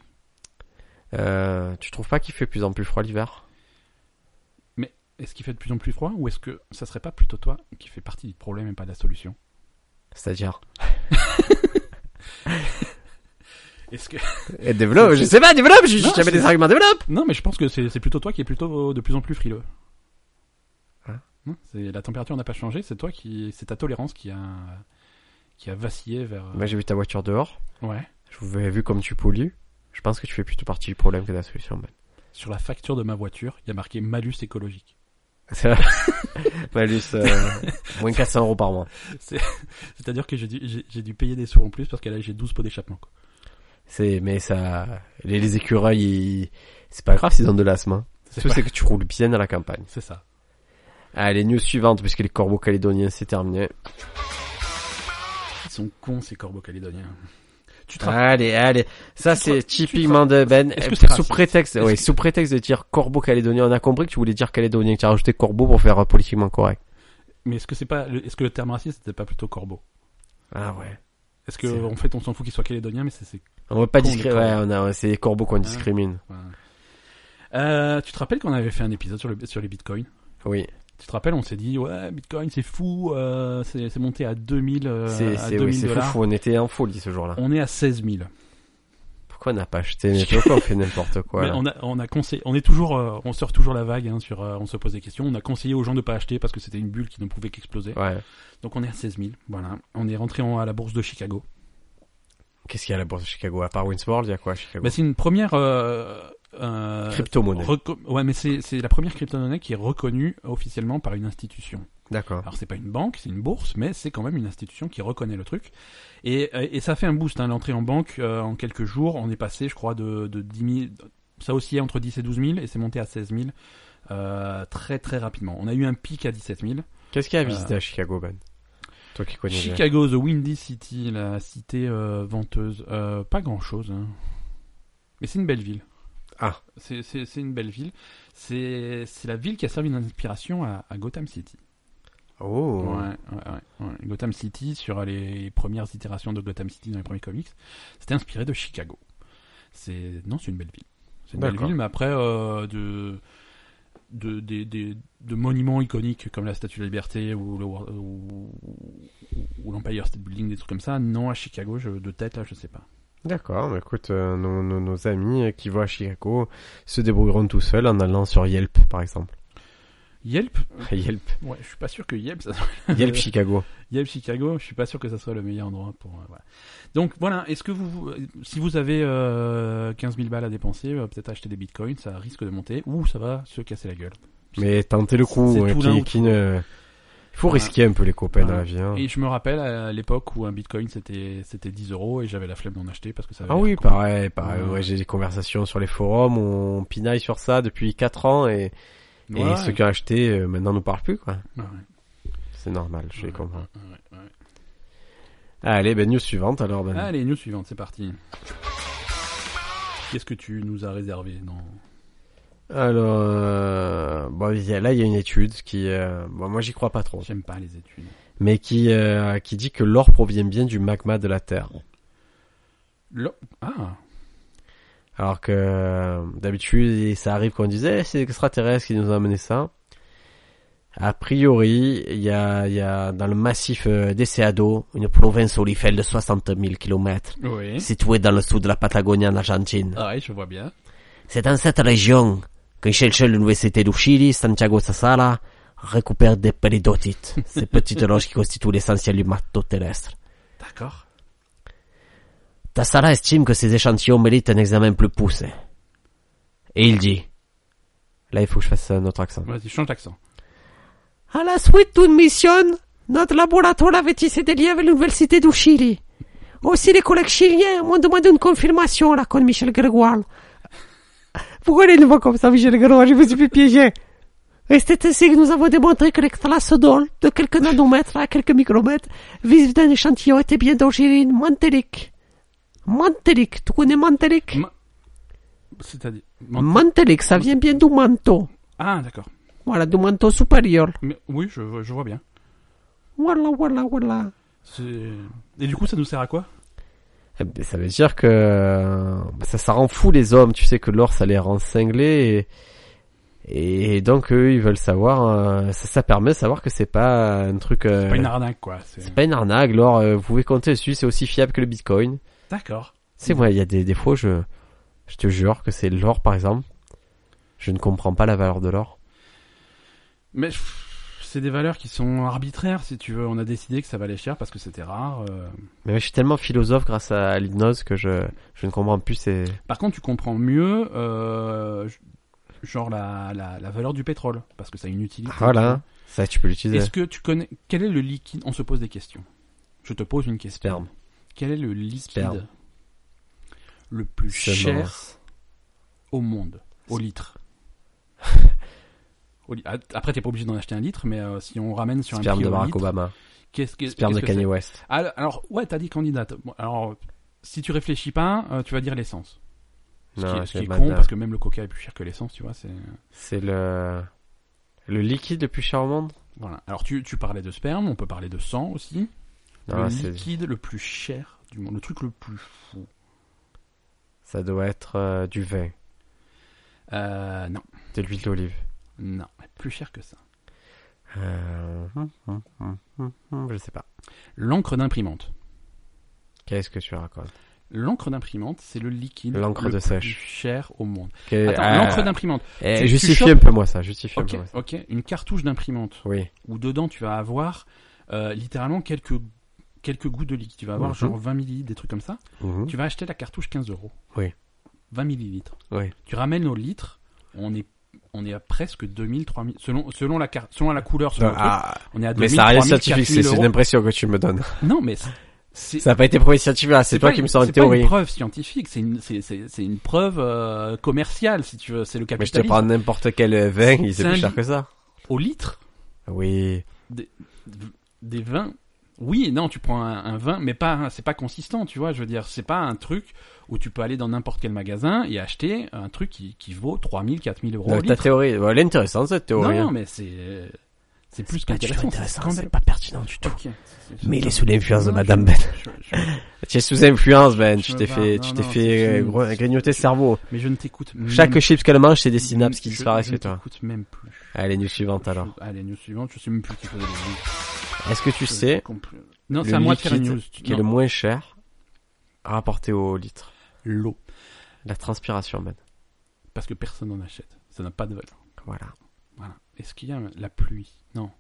Euh, tu trouves pas qu'il fait de plus en plus froid l'hiver? Est-ce qu'il fait de plus en plus froid, ou est-ce que ça serait pas plutôt toi qui fait partie du problème et pas de la solution? C'est-à-dire? Est-ce que Et développe, je sais pas, développe, j'ai Non, jamais c'est- des arguments, développe! non, mais je pense que c'est, c'est plutôt toi qui est plutôt de plus en plus frileux. Hein Non, c'est la température n'a pas changé, c'est toi qui, c'est ta tolérance qui a qui a vacillé vers. Moi j'ai vu ta voiture dehors, Ouais. je vous ai vu comme tu pollues. Je pense que tu fais plutôt partie du problème que de la solution, Ben. Sur la facture de ma voiture, il y a marqué malus écologique. Malus, euh, moins quatre cents euros par mois. C'est-à-dire que j'ai dû, j'ai, j'ai dû payer des sous en plus parce que là j'ai douze pots d'échappement. Quoi. C'est, mais ça, les, les écureuils, ils- c'est pas grave s'ils ont de l'asthme, hein. C'est, Tout pas- c'est que tu roules bien à la campagne. c'est ça. Allez, news suivante, puisque les corbeaux calédoniens, c'est terminé. Ils sont cons ces corbeaux calédoniens. Tu te rappelles... Allez, allez. Ça, Tu c'est te- tu typiquement te- de Ben. Est-ce que Euh, c'est sous raciste prétexte, Est-ce oui, que- sous prétexte de dire corbeau calédonien, on a compris que tu voulais dire calédonien, que tu as rajouté corbeau pour faire euh, politiquement correct. Mais est-ce que c'est pas, le- est-ce que le terme raciste c'était pas plutôt corbeau? Ah ouais. Est-ce que C'est- en fait on s'en fout qu'il soit calédonien, mais c'est, c'est... On veut pas Con, discriminer, les ouais, corbeaux. on a, c'est les corbeaux qu'on discrimine. voilà. Euh, tu te rappelles qu'on avait fait un épisode sur le sur les bitcoins? Oui. Tu te rappelles, on s'est dit ouais, bitcoin c'est fou, euh, c'est, c'est monté à deux mille, euh, C'est, à c'est, deux oui, mille c'est fou, dollars. fou, on était en folie ce jour-là. On est à seize mille. Pourquoi on n'a pas acheté? Mais pourquoi on fait n'importe quoi, Mais là? on a, on a conseillé, on est toujours, euh, on sort toujours la vague, hein, sur, euh, on se pose des questions. On a conseillé aux gens de pas acheter parce que c'était une bulle qui ne pouvait qu'exploser. Ouais. Donc on est à seize mille, voilà. On est rentré en- à la bourse de Chicago. Qu'est-ce qu'il y a à la bourse de Chicago? À part Winsworld, il y a quoi à Chicago? Bah, c'est une première, euh, euh, Crypto-monnaie. reco- ouais, mais c'est, c'est la première crypto-monnaie qui est reconnue officiellement par une institution. D'accord. Alors c'est pas une banque, c'est une bourse, mais c'est quand même une institution qui reconnaît le truc. Et, et ça fait un boost, hein, l'entrée en banque, euh, en quelques jours, on est passé, je crois, de, de dix mille, ça oscillait entre dix et douze mille, et c'est monté à seize mille, euh, très très rapidement. On a eu un pic à dix-sept mille. Qu'est-ce qu'il y a à visiter Euh, à Chicago, Ben? Toi qui connais bien. Chicago, The Windy City, la cité euh, venteuse, euh, pas grand chose, hein. Mais c'est une belle ville. Ah. C'est, c'est, c'est une belle ville. C'est, c'est la ville qui a servi d'inspiration à, à Gotham City. Oh. Ouais, ouais, ouais, ouais. Gotham City, sur les premières itérations de Gotham City dans les premiers comics, c'était inspiré de Chicago. C'est, non, c'est une belle ville. C'est une belle D'accord. ville, mais après, euh, de, de, des- des- de monuments iconiques comme la Statue de la Liberté ou, le, ou, ou l'Empire State Building, des trucs comme ça, non, à Chicago, je, de tête, là, je sais pas. D'accord, bah écoute, euh, nos, nos, nos amis euh, qui vont à Chicago se débrouilleront tout seuls en allant sur Yelp, par exemple. Yelp, Yelp. ouais, je suis pas sûr que Yelp, ça Yelp Chicago. Yelp Chicago, je suis pas sûr que ça soit le meilleur endroit pour. Euh, voilà. Donc voilà, est-ce que vous, si vous avez euh, quinze mille balles à dépenser, euh, peut-être acheter des bitcoins, ça risque de monter ou ça va se casser la gueule. Mais tentez le coup, C'est ouais, tout l'un qui, ou qui tout ne... Il faut Voilà. risquer un peu les copains Voilà. dans la vie. Hein. Et je me rappelle à l'époque où un bitcoin c'était c'était dix euros et j'avais la flemme d'en acheter parce que ça. avait Ah l'air oui, con. pareil, pareil. Ouais. Ouais, j'ai des conversations sur les forums où on pinaille sur ça depuis quatre ans et, et Ouais. ceux qui ont acheté euh, maintenant nous parlent plus, quoi. Ouais, ouais. C'est normal, je les Ouais, comprends. ouais, ouais. Allez, ben news suivante alors. Ben. Allez, news suivante, c'est parti. Qu'est-ce que tu nous as réservé dans... Alors, euh, bon, il y a- là il y a une étude qui, euh, bon, moi j'y crois pas trop, J'aime pas les études. mais qui euh, qui dit que l'or provient bien du magma de la Terre. Le... Ah, Alors que euh, d'habitude, ça arrive qu'on disait c'est l'extraterrestre qui nous a amené ça. A priori, il y a, il y a dans le massif euh, des Cerrado, une province olifère de soixante mille kilomètres, oui. située dans le sud de la Patagonie en Argentine. Ah oui, je vois bien. C'est dans cette région qu'un chercheur de l'université du Chili, Santiago Sassala, récupère des péridotites, ces petites roches qui constituent l'essentiel du manteau terrestre. D'accord. Tassala estime que ces échantillons méritent un examen plus poussé. Et il dit, là il faut que je fasse un autre accent. Vas-y, change d'accent. À la suite d'une mission, notre laboratoire avait tissé des liens avec l'université du Chili. Aussi les collègues chiliens m'ont demandé une confirmation là, con Michel Grégoire. Pourquoi il est une voix comme ça, Michel Grégoire? Je me suis fait piéger. Et c'est ainsi que nous avons démontré que l'extrace d'ol, de quelques nanomètres à quelques micromètres, vise d'un échantillon était bien d'origine mantélique. Mantélique, tu connais mantélique? Ma... C'est-à-dire... Mant- Mantélique, ça vient bien du manteau. Ah, d'accord. Voilà, du manteau supérieur. Mais oui, je, vois- je vois bien. Voilà, voilà, voilà. C'est... Et du coup, ça nous sert à quoi? Eh ben, ça veut dire que euh, ça, ça rend fou les hommes. Tu sais que l'or, ça les rend cinglés. Et, et donc, eux, ils veulent savoir... euh, ça, ça permet de savoir que c'est pas un truc... euh, C'est pas une arnaque, quoi. C'est... c'est pas une arnaque. L'or, euh, vous pouvez compter dessus. C'est aussi fiable que le bitcoin. D'accord. C'est moi, il y a des, des fois, je, je te jure que c'est l'or, par exemple. Je ne comprends pas la valeur de l'or. Mais pff, c'est des valeurs qui sont arbitraires, si tu veux. On a décidé que ça valait cher parce que c'était rare. euh. Mais je suis tellement philosophe grâce à l'hypnose que je, je ne comprends plus ces... Par contre, tu comprends mieux, euh, genre la, la, la valeur du pétrole, parce que ça a une utilité. Voilà, ça tu peux l'utiliser. Est-ce que tu connais... Quel est le liquide... On se pose des questions. Je te pose une question. Sperme. Quel est le liquide Sperme. le plus Semence. cher au monde, au litre? Au li- Après, t'es pas obligé d'en acheter un litre, mais euh, si on ramène sur un Sperme prix de au Barack litre, Obama. qu'est-ce que Sperme qu'est-ce de que Kanye c'est? West. Alors, alors, ouais, t'as dit candidate. Bon, alors, si tu réfléchis pas, euh, tu vas dire l'essence. Ce Non, qui est, ce qui est c'est con, bad. parce que même le coca est plus cher que l'essence, tu vois. C'est... C'est le le liquide le plus cher au monde. Voilà. Alors, tu, tu parlais de sperme, on peut parler de sang aussi. Non, le c'est- liquide le plus cher du monde, le truc le plus fou. Ça doit être euh, du vin, Euh, non, de l'huile d'olive. non, plus cher que ça. Euh... hum, hum, hum, hum, hum, Je sais pas. L'encre d'imprimante. Qu'est-ce que tu racontes? L'encre d'imprimante, c'est le liquide L'encre le de plus sèche. cher au monde. Que- Attends, ah, l'encre d'imprimante. eh, tu- tu justifie chopes- un peu moi ça. Justifie Ok, un peu. moi, ça. ok. Une cartouche d'imprimante Oui. où dedans tu vas avoir euh, littéralement quelques quelques gouttes de liquide. Tu vas avoir Mhm. genre vingt millilitres, des trucs comme ça. Mhm. Tu vas acheter la cartouche quinze euros. Oui. vingt millilitres. Oui. Tu ramènes au litre, on est on est à presque deux mille, trois mille selon selon la carte, selon la couleur, selon le truc, Ah, on est à deux mais mille, ça n'a rien de trois mille, scientifique. quatre C'est mille c'est une euros. impression que tu me donnes. Non, mais c'est- c'est Ça n'a pas été prouvé scientifique. là, C'est toi pas qui une- me sors une c'est pas une théorie. preuve scientifique, c'est une c'est c'est c'est une preuve euh, commerciale si tu veux, c'est le Mais je te capitalisme. prends n'importe quel vin, il C'est est plus un cher li- que ça. Au litre Oui. des vins. Oui, non, tu prends un, un vin, mais pas, un- c'est pas consistant, tu vois. Je veux dire, c'est pas un truc où tu peux aller dans n'importe quel magasin et acheter un truc qui, qui vaut trois mille, quatre mille euros. Euh, au ta litre. théorie, bon, elle est intéressante cette théorie. Non, hein. mais c'est, c'est plus pas du tout qu'intéressant. intéressant, scandaleux. c'est pas pertinent du tout. Ok. C'est- c'est- Mais il c'est- est sous l'influence de Non, Madame je- Ben. je- je- Tu es sous influence, Ben. Je Tu me t'es barre. fait, Non, tu t'es non, fait c'est- euh, gros- grignoter le cerveau. Mais je ne t'écoute. Chaque même- chips qu'elle mange, c'est des synapses qui je- disparaissent je chez ne toi. t'écoute même plus. Allez, news suivante Je- alors. Allez, news suivante. Je sais même plus qui faisait les news. Est-ce que tu Je- sais compl- Non, le c'est à moi de faire une liquide news. qui est le Non. moins cher rapporté au litre? L'eau. La transpiration, Ben. Parce que personne n'en achète. Ça n'a pas de valeur. Voilà. Voilà. Est-ce qu'il y a la pluie? Non.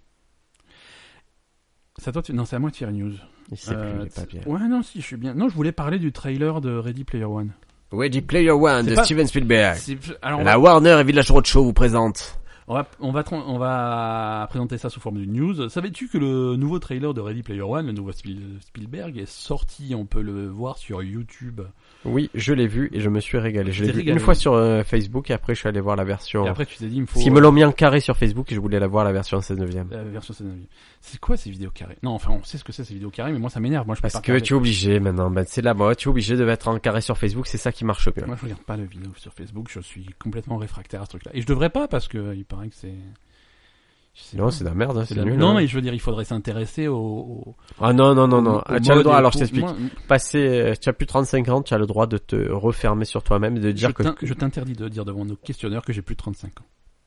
C'est à toi de... Non, c'est à moi de faire une news. Il sait Euh, plus, il est pas bien. Ouais, non, si, je suis bien. Non, je voulais parler du trailer de Ready Player One. Ready Player One C'est de pas- Steven Spielberg. C'est... Alors, on La va... Warner et Village Roadshow vous présente. On, va... On, va... tra- on va présenter ça sous forme d'une news. Savais-tu que le nouveau trailer de Ready Player One, le nouveau Spiel- Spielberg, est sorti? On peut le voir sur YouTube. Oui, je l'ai vu et je me suis régalé. Je l'ai T'es vu régalé. une fois sur euh, Facebook et après je suis allé voir la version. Et après, tu t'es dit, il me faut... Parce qu'ils me l'ont mis en carré sur Facebook et je voulais la voir la version seize neuvième. La version seize neuvième. C'est quoi ces vidéos carrées? Non, enfin, on sait ce que c'est ces vidéos carrées, mais moi ça m'énerve. Moi je peux Parce pas que regarder. tu es obligé maintenant, ben, c'est la mode, tu es obligé de mettre en carré sur Facebook, c'est ça qui marche mieux. Moi je regarde pas de vidéos sur Facebook, je suis complètement réfractaire à ce truc-là. Et je devrais pas parce que il paraît que c'est. je sais Non, pas. c'est de la merde, hein, c'est de la- nul. Non, hein. mais je veux dire, il faudrait s'intéresser au. au- Ah non, non, non, non. au Ah, tu as le mode droit, et alors tout. je t'explique. Moi, Passer, euh, tu as plus de trente-cinq ans, tu as le droit de te refermer sur toi-même et de je dire que t'in- je t'interdis de dire devant nos questionneurs que j'ai plus de trente-cinq ans.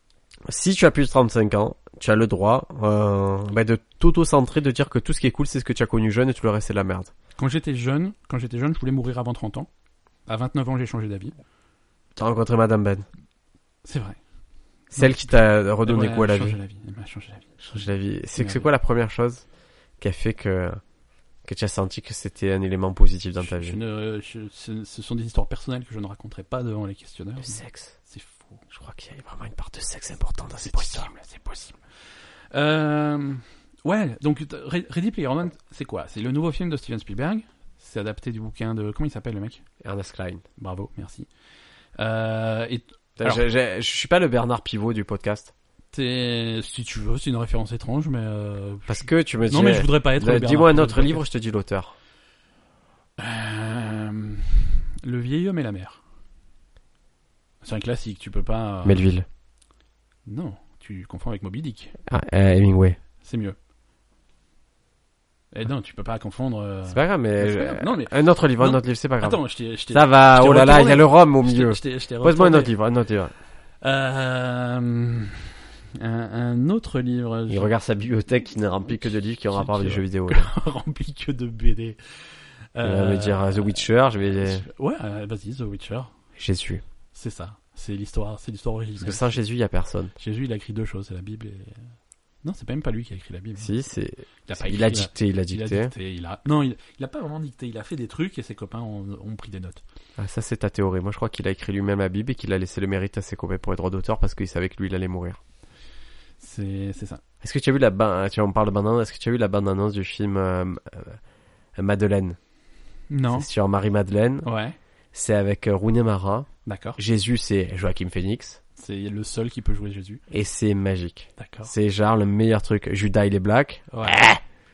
si tu as plus de trente-cinq ans, tu as le droit euh, bah, de t'auto-centrer, de dire que tout ce qui est cool, c'est ce que tu as connu jeune et tout le reste, c'est de la merde. Quand j'étais jeune, quand j'étais jeune, je voulais mourir avant trente ans. À vingt-neuf ans, j'ai changé d'avis. Tu as rencontré Madame Ben. C'est vrai. Celle qui t'a redonné Ouais, quoi à la elle m'a vie changé la vie. Elle m'a changé la vie. Change la vie. C'est Ouais. c'est quoi la première chose qui a fait que que tu as senti que c'était un élément positif dans ta Je- je vie? ne- je- ce, ce sont des histoires personnelles que je ne raconterai pas devant les questionneurs. Le sexe. C'est faux. Je crois qu'il y a vraiment une part de sexe importante dans C'est cette histoire. possible, c'est possible. Euh, ouais, donc Re- Ready Player One, c'est quoi? C'est le nouveau film de Steven Spielberg. C'est adapté du bouquin de... Comment il s'appelle le mec? Ernest Klein. Bravo, merci. Euh, et Alors- Je, je, je suis pas le Bernard Pivot du podcast. t'es- si tu veux, c'est une référence étrange, mais... euh, Parce que tu me dis. non, mais je voudrais pas être... le Dis-moi un Bernard autre Pivot du livre, je te dis l'auteur. podcast. Euh, le vieil homme et la mer. C'est un classique, tu peux pas... euh, Melville. Non, tu confonds avec Moby Dick. Ah, euh, Hemingway. C'est mieux. Et non, tu peux pas confondre... euh, C'est pas grave, mais. c'est pas grave. Non, mais- Un autre livre, un Non. autre livre, c'est pas grave. Attends, je t'ai... je t'ai- Ça va, je t'ai oh là là, retourné. il y a le rhum au je t'ai- milieu. je t'ai- je t'ai Pose-moi un retourné. autre livre, un autre livre. Euh, un, un autre livre Il je- regarde sa bibliothèque qui n'est remplie que de livres qui ont Qui- rapport avec les qui- jeux vidéo. là. rempli que de B D. Il va me dire euh, The Witcher, je vais. Ouais, euh, vas-y, The Witcher. Jésus. C'est ça. C'est l'histoire, c'est l'histoire Parce originale. que sans Jésus, il y a personne. Jésus, il a écrit deux choses, c'est la Bible et... Non, c'est pas même pas lui qui a écrit la Bible. Si, c'est. Il a, pas Il écrit, a il a- dicté, il a il a dicté. dicté. Il a... Non, il, il a pas vraiment dicté. Il a fait des trucs et ses copains ont, ont pris des notes. Ah, ça, c'est ta théorie. Moi, je crois qu'il a écrit lui-même la Bible et qu'il a laissé le mérite à ses copains pour les droits d'auteur parce qu'il savait que lui, il allait mourir. C'est, c'est ça. Est-ce que tu as vu la ban... tu en parles de bande-annonce, est-ce que tu as vu la bande-annonce du film euh, euh, Madeleine? Non. C'est sur Marie-Madeleine. Ouais. C'est avec euh, Rooney Mara. D'accord. Jésus, c'est Joachim Phoenix. C'est le seul qui peut jouer Jésus. Et c'est magique. D'accord. C'est genre le meilleur truc. Judas, il est black. Ouais.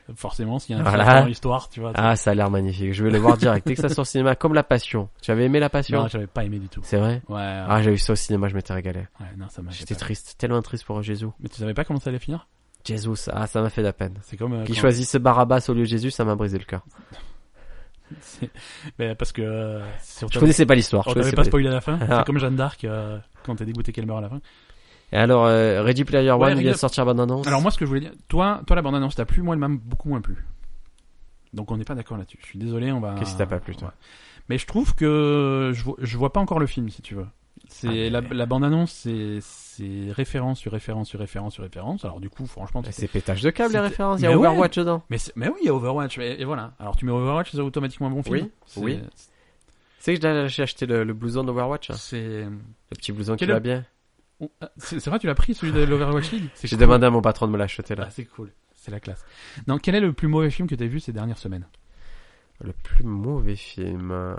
Forcément, s'il y a un Voilà. film dans l'histoire, tu vois. Ah, ça a l'air magnifique. Je vais le voir direct. Dès que ça sort au cinéma, comme La Passion. Tu avais aimé La Passion? Non, j'avais pas aimé du tout. C'est vrai? Ouais. ouais. Ah, j'ai vu ça au cinéma, je m'étais régalé. Ouais, non, ça m'a. J'étais pas... triste, tellement triste pour Jésus. Mais tu savais pas comment ça allait finir? Jésus, ah, ça m'a fait de la peine. C'est comme. Euh, Qu'il quand... choisisse Barabbas au lieu de Jésus, ça m'a brisé le cœur. C'est... Mais parce que. Euh, je connaissais pas l'histoire. On je t'avait connaissais pas pas spoilé à la fin. Ah. C'est comme Jeanne d'Arc euh, quand t'es dégoûté qu'elle meurt à la fin. Et alors, euh, Ready Player One, Ouais, il vient Ready- de sortir la bande-annonce. Alors moi, ce que je voulais dire, toi, toi la bande-annonce t'a plu, moi elle m'a beaucoup moins plu. Donc on n'est pas d'accord là-dessus. Je suis désolé, on va. Qu'est-ce qui t'a pas plu, toi? Ouais. Mais je trouve que je vois, je vois pas encore le film, si tu veux. C'est Ah, mais- la, la bande-annonce, c'est c'est référence sur référence sur référence sur référence. Alors du coup, franchement, Mais tu- c'est pétage de câble, les C'était- références. Il y a Mais ouais. Overwatch dedans. mais c'est- mais oui, il y a Overwatch et, et voilà. Alors tu mets Overwatch, c'est automatiquement un bon film. Oui, C'est- oui. Tu sais que j'ai- j'ai acheté le, le blouson d'Overwatch, hein. C'est Le petit blouson qui Quel est- va bien. oh, ah, c'est c'est vrai, tu l'as pris celui de l'Overwatch League. C'est J'ai cool. demandé à mon patron de me l'acheter là. Ah, c'est cool, c'est la classe. Non, quel est le plus mauvais film que t'as vu ces dernières semaines? Le plus mauvais film. euh,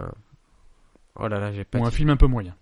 Oh là là, j'ai pas Ou un dit- film un peu moyen.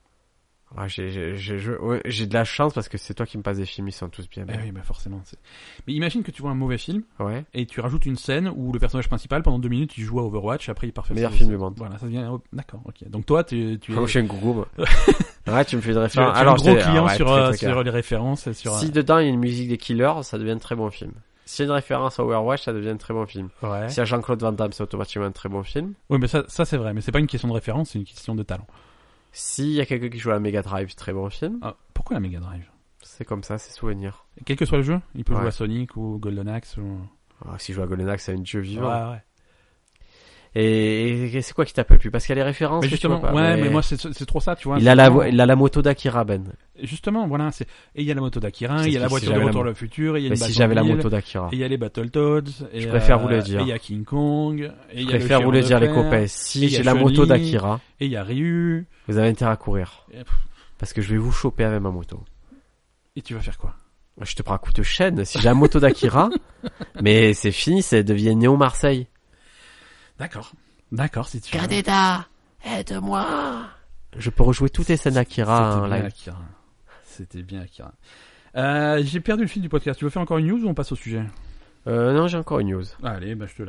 Ah, j'ai, j'ai, j'ai, je- ouais, j'ai de la chance parce que c'est toi qui me passes des films, ils sont tous bien. Eh bien. oui, bah forcément. c'est- Mais imagine que tu vois un mauvais film Ouais. et tu rajoutes une scène où le personnage principal pendant deux minutes il joue à Overwatch, après il part faire Meilleur ses- film du monde. Voilà, ça devient. D'accord, ok. Donc toi, tu, tu es. Oh, je suis un gourou, moi. Ouais, tu me fais de tu es- référence. tu es un Alors, gros c'est- client ah ouais, sur, très, euh, très sur clair. les références et sur. Si dedans il y a une musique des Killers, ça devient un très bon film. S'il y a une référence à Overwatch, ça devient un très bon film. Ouais. S'il y a Jean-Claude Van Damme, c'est automatiquement un très bon film. Oui, mais ça, ça c'est vrai. Mais c'est pas une question de référence, c'est une question de talent. S'il y a quelqu'un qui joue à la Mega Drive, très bon film. Ah, pourquoi la Mega Drive? C'est comme ça, c'est souvenir. Quel que soit le jeu, il peut Ouais. jouer à Sonic ou Golden Axe ou. Ah, si je joue à Golden Axe, c'est un dieu vivant. Ouais, ouais. Et, et c'est quoi qui t'appelle plus? Parce qu'il y a les références. Mais que tu justement, vois pas, ouais, mais moi c'est c'est trop ça, tu vois. il c'est a la, vraiment- il a la moto d'Akira, Ben. Justement, voilà, c'est et il y a la moto d'Akira, C'est il y a la ce que si voiture de j'avais la Retour mo- vers le futur, et il y a Mais une si j'avais la Batmobile, moto d'Akira. et il y a les Battletoads, et Je préfère euh, vous le dire. Et il y a King Kong, et il Je y a préfère le vous le chien dire, les de fer, copains. et Si il y a j'ai la moto Chun-Li, d'Akira, et il y a Ryu, vous avez intérêt à courir. et, Parce que je vais vous choper avec ma moto. et tu vas faire quoi? Je te prends un coup de chaîne. Si j'ai la moto d'Akira, mais c'est fini, ça devient Néo Marseille. D'accord, d'accord, si tu veux. Kadeda, aide-moi. Je peux rejouer toutes les scènes d'Akira C'était en bien live. Akira. C'était bien Akira. Euh, j'ai perdu le fil du podcast. Tu veux faire encore une news ou on passe au sujet? Euh, non, j'ai encore une news. Allez, bah je te la,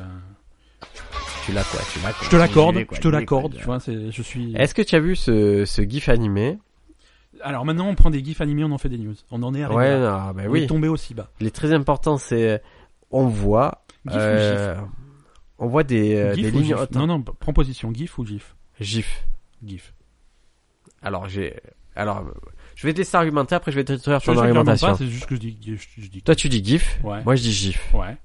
Tu l'as quoi? Tu l'as quoi? je te l'accorde, J'y vais, quoi, je te j'y vais, l'accorde. quoi. Tu vois, c'est, je suis. Est-ce que tu as vu ce, ce gif animé? Alors maintenant, on prend des gifs animés, on en fait des news. On en est arrivé Ouais, là. non, bah On oui. est tombé aussi bas. Il est très important, c'est on voit, GIF euh, on voit des, euh, GIF des ou lignes GIF? hautes. Non, non, prends position. GIF ou GIF? GIF. GIF. Alors j'ai, alors je vais te laisser argumenter. Après, je vais te détruire Je ton sais clairement argumentation. pas, c'est juste que je dis, je, je dis. Toi, tu dis GIF. Ouais. Moi, je dis GIF. Ouais.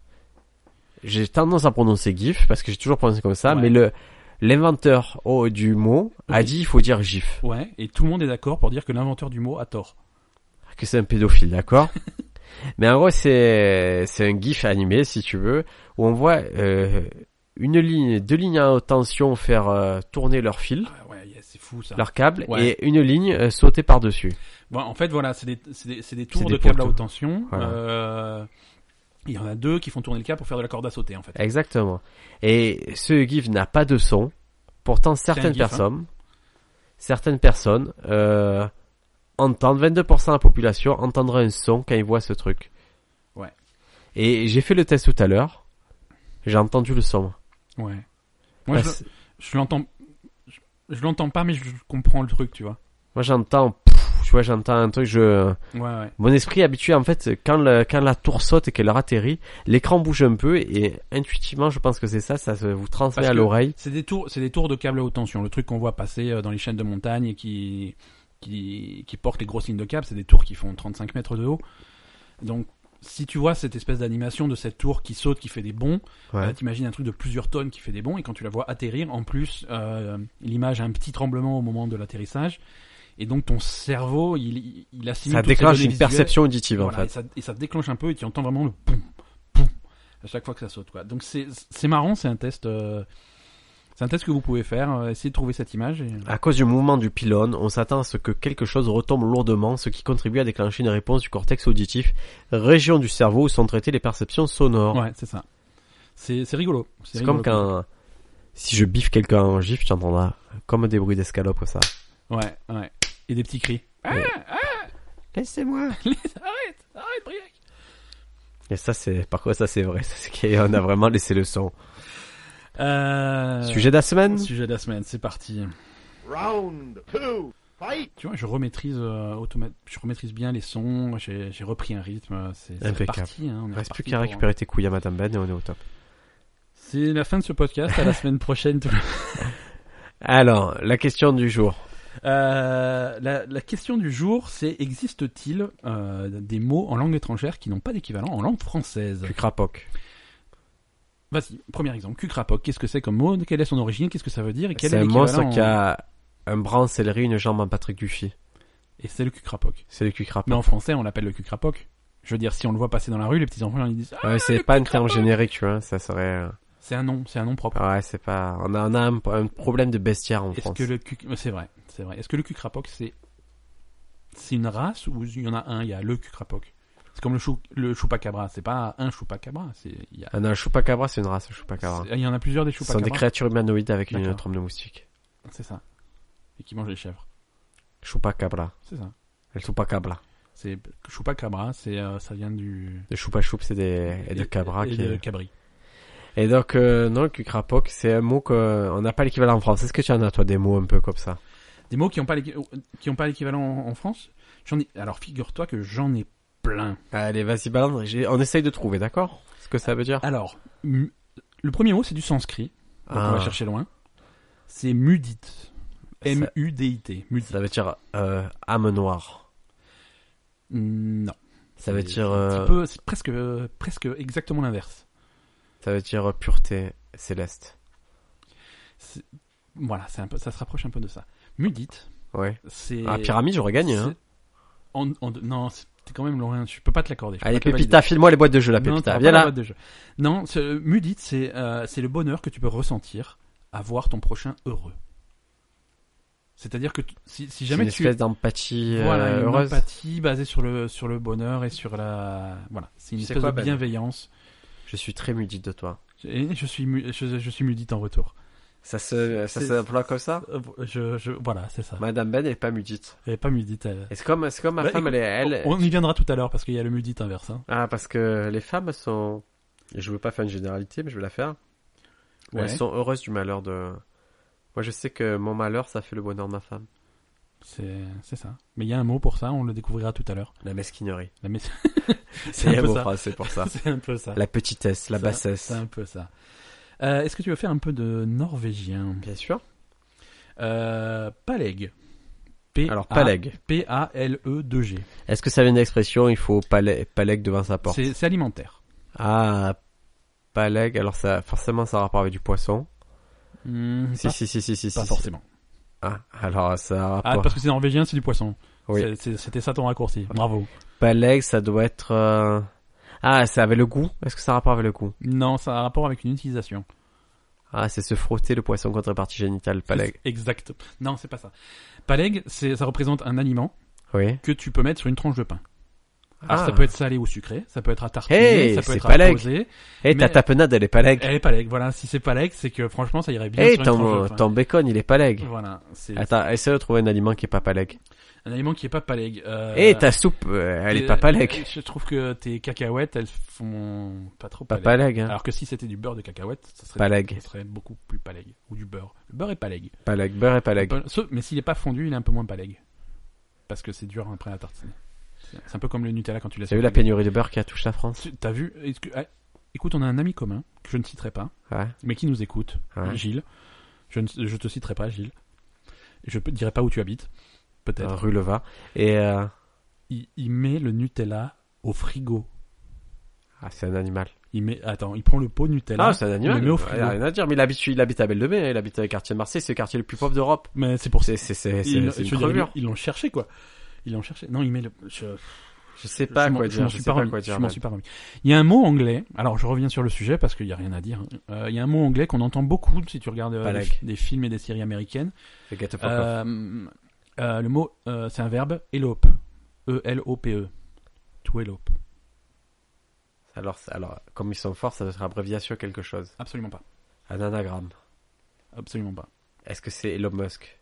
J'ai tendance à prononcer GIF parce que j'ai toujours prononcé comme ça, Ouais. mais le l'inventeur oh, du mot a Oui. dit il faut dire GIF. Ouais. Et tout le monde est d'accord pour dire que l'inventeur du mot a tort. Que c'est un pédophile, d'accord? Mais en gros, c'est c'est un GIF animé, si tu veux, où on voit euh, une ligne, deux lignes à haute tension faire euh, tourner leur fil, Ah ouais, yeah, c'est fou ça. leur câble, Ouais. et une ligne euh, sauter par dessus. Bon, en fait, voilà, c'est des, c'est des, c'est des tours C'est de des câbles à poteaux. haute tension. Voilà. Euh, il y en a deux qui font tourner le câble pour faire de la corde à sauter, en fait. Exactement. Et ce GIF n'a pas de son. Pourtant, certaines GIF, hein. personnes, certaines personnes euh, entendent, vingt-deux pour cent de la population entendra un son quand ils voient ce truc. Ouais. Et j'ai fait le test tout à l'heure. J'ai entendu le son. Ouais. Moi, Bah, je, c'est- je l'entends, je, je l'entends pas, mais je comprends le truc, tu vois. Moi, j'entends, pff, tu vois, j'entends un truc, je, Ouais, ouais. mon esprit est habitué, en fait, quand, le, quand la tour saute et qu'elle atterrit, l'écran bouge un peu et intuitivement, je pense que c'est ça, ça se vous transmet Parce à que l'oreille. C'est des tours, c'est des tours de câbles à haute tension. Le truc qu'on voit passer euh, dans les chaînes de montagne et qui, qui, qui portent les grosses lignes de câbles, c'est des tours qui font trente-cinq mètres de haut. Donc, si tu vois cette espèce d'animation de cette tour qui saute, qui fait des bonds, Ouais. euh, t'imagines un truc de plusieurs tonnes qui fait des bonds, et quand tu la vois atterrir, en plus, euh, l'image a un petit tremblement au moment de l'atterrissage, et donc ton cerveau, il, il, il assimile Ça toutes ces déclenche données une visuelles. perception auditive, Voilà, en et, fait. ça, et ça déclenche un peu, et tu entends vraiment le poum, poum, à chaque fois que ça saute, quoi. Donc c'est, c'est marrant, c'est un test, euh, c'est un test que vous pouvez faire, euh, essayez de trouver cette image. Et... À cause du mouvement du pylône, on s'attend à ce que quelque chose retombe lourdement, ce qui contribue à déclencher une réponse du cortex auditif, région du cerveau où sont traitées les perceptions sonores. Ouais, c'est ça. C'est, c'est rigolo. C'est rigolo. comme quand, si je biffe quelqu'un en gif, tu entendras comme des bruits d'escalope, ça. Ouais, ouais. Et des petits cris. Ah, Ouais. ah, Laissez-moi. arrête, arrête, Briac. Et ça, c'est, par contre, ça, c'est vrai. C'est qu'on a vraiment laissé le son. Euh... Sujet de la semaine? Sujet de la semaine, c'est parti. Round two, fight! Tu vois, je remaîtrise, euh, automa- je remaîtrise bien les sons, j'ai, j'ai repris un rythme, c'est, c'est Impeccable. reparti. Hein, on est Il reste reparti plus qu'à pour- récupérer tes couilles à Madame Ben et on est au top. C'est la fin de ce podcast, à la semaine prochaine. tout le- Alors, la question du jour. Euh, la, la question du jour, c'est existe-t-il euh, des mots en langue étrangère qui n'ont pas d'équivalent en langue française? Cucrapoc. Vas-y, premier exemple. Cucrapoc, qu'est-ce que c'est comme mot? Quelle est son origine? Qu'est-ce que ça veut dire? Et quel C'est est un l'équivalent monstre en- qui a un bras en céleri, une jambe en Patrick Dufy. Et c'est le cucrapoc. C'est le Mais cucrapoc. en français, on l'appelle le cucrapoc. Je veux dire, si on le voit passer dans la rue, les petits enfants, ils disent ah, Ouais, c'est le pas un terme cucrapoc. générique, tu vois. Ça serait. euh, C'est un nom, c'est un nom propre. Ouais, c'est pas. On a, on a un, un problème de bestiaire en Est-ce France. que le cuc... C'est vrai, c'est vrai. Est-ce que le cucrapoc, c'est c'est une race ou il y en a un? Il y a le cucrapoc. C'est comme le chou le chupacabra. C'est pas un chupacabra. C'est il y a Ah non, le chupacabra, c'est une race, le chupacabra. c'est- il y en a plusieurs des Ce sont chupacabras. des créatures humanoïdes avec une D'accord. trompe de moustique. C'est ça. Et qui mangent les chèvres. Chupacabra. C'est ça. Le chupacabra. C'est chupacabra. C'est euh, ça vient du Le choupa-choup, c'est des. Et de cabra et qui. de cabri. Et donc, euh, non, le cucrapoc, c'est un mot qu'on n'a pas l'équivalent en France. Est-ce que tu en as, toi, des mots un peu comme ça? Des mots qui n'ont pas l'équi- qui ont pas l'équivalent en, en France. J'en ai. Alors figure-toi que j'en ai plein. Allez, vas-y, balance. J'ai- On essaye de trouver, d'accord? Ce que ça veut dire? Alors mu- le premier mot c'est du sanskrit. Donc Ah. on va chercher loin. C'est mudit. Ça- M U D I T. Mudit. Ça veut dire euh, âme noire. Non. Ça veut C'est- dire, c'est un petit euh, peu- c'est presque, presque exactement l'inverse. Ça veut dire euh, pureté céleste. C'est- Voilà, c'est un peu, ça se rapproche un peu de ça. Mudit, Ouais. c'est. Ah, pyramide, j'aurais gagné, hein. c'est- en- en- non, c'est- t'es quand même loin. Je peux pas te l'accorder. je peux Allez, pas te le Pépita, valider. file-moi les boîtes de jeu, la Non, Pépita. t'auras Viens pas la là. boîte de jeu. Non, ce- Mudit, c'est euh, c'est le bonheur que tu peux ressentir à voir ton prochain heureux. C'est-à-dire que tu- si, si C'est jamais une tu espèce d'empathie euh, voilà, une heureuse. empathie basée sur le sur le bonheur et sur la voilà, c'est une Tu sais espèce quoi, de Ben bienveillance. Je suis très mudite de toi. Et je suis mu- je, je suis Mudit en retour. Ça se, ça C'est- s'emploie comme ça? Euh, Je, je voilà, c'est ça. Madame Ben est pas mudite. Elle est pas Mudit. Elle... Et c'est comme, c'est comme ma Bah, femme, elle est, elle. On y viendra tout à l'heure parce qu'il y a le Mudit inverse. Hein. Ah, parce que les femmes sont. Et je veux pas faire une généralité, mais je vais la faire. Ouais. Elles sont heureuses du malheur de. Moi, je sais que mon malheur, ça fait le bonheur de ma femme. C'est c'est ça. Mais il y a un mot pour ça, on le découvrira tout à l'heure. La mesquinerie. La mes- C'est un un peu mot ça. français pour ça. c'est un peu ça. La petitesse, la Ça- bassesse. C'est un peu ça. Euh, Est-ce que tu veux faire un peu de norvégien? Bien sûr. Euh, Paleg. P Alors, Paleg. P A L E deux G. Est-ce que ça vient d'expression, il faut palais, palègue devant sa porte? C'est c'est alimentaire. Ah, palègue, alors ça, forcément, ça a rapport avec du poisson. Hmm, Si, pas, si, si, si, si. pas si, forcément. Ah, alors ça a Ah, rapport. parce que c'est norvégien, c'est du poisson. Oui. C'est- c'est- C'était ça ton raccourci. Bravo. Palègue, ça doit être. euh, Ah, c'est avec le goût. Est-ce que ça a rapport avec le goût? Non, ça a un rapport avec une utilisation. Ah, c'est se frotter le poisson contre la partie génitale, palègue. Exact. Non, c'est pas ça. Paleg, c'est ça représente un aliment Oui. que tu peux mettre sur une tranche de pain. Alors Ah. ça peut être salé ou sucré, ça peut être à tartiner, Hey, ça peut c'est être Paleg. à poser. Eh, ta Mais- tapenade, elle est palègue. Elle est Paleg, voilà. Si c'est Paleg, c'est que franchement, ça irait bien Eh, sur une tranche ton, de pain. ton bacon, il est palègue. Voilà, c'est Attends, essaie de trouver un aliment qui est pas palègue. un aliment qui est pas Paleg. Euh, Eh, ta soupe, euh, elle est pas palègue. Je trouve que tes cacahuètes, elles font pas trop Pas Paleg. palègue, hein. Alors que si c'était du beurre de cacahuète, ça serait, Palègue. ça serait beaucoup plus Paleg. Ou du beurre. Le beurre est Paleg. Palègue, beurre et palègue. Sauf- Mais s'il est pas fondu, il est un peu moins Paleg. Parce que c'est dur après à tartiner. C'est c'est un peu comme le Nutella quand tu laisses. T'as vu la pénurie de beurre qui a touché la France? Tu- T'as vu est-ce que- ah, Écoute, on a un ami commun que je ne citerai pas, Ouais. mais qui nous écoute, Ouais. Gilles. Je ne je te citerai pas, Gilles. Je ne dirai pas où tu habites, peut-être. Euh, Rue Leva. Et, euh... Il, il met le Nutella au frigo. Ah, c'est un animal. Il met, attends, il prend le pot Nutella. Ah, c'est un animal. Il le met au Il y frigo. a rien à dire, mais il habite, il habite à Belle-de-Mai, hein, il habite dans le quartier de Marseille, c'est le quartier le plus pauvre d'Europe. Mais c'est pour ça. C'est, c'est, c'est, Ils- c'est, c'est je une veux dire, crevure. ils ils l'ont cherché, quoi. Ils l'ont cherché. Non, il met le. Je, Je sais pas je m'en- quoi je m'en dire, je suis sais pas pas remis. quoi Je dire. m'en man. suis pas remis. Il y a un mot anglais. Alors, je reviens sur le sujet parce qu'il y a rien à dire. Euh, il y a un mot anglais qu'on entend beaucoup si tu regardes euh, Paleg. des, des films et des séries américaines. The get the fuck off. Euh, euh, le mot, euh, c'est un verbe, elope. E L O P E. To elope. Alors, c'est- alors, comme ils sont forts, ça doit être abréviation quelque chose. Absolument pas. Un anagramme. Absolument pas. Est-ce que c'est Elon Musk?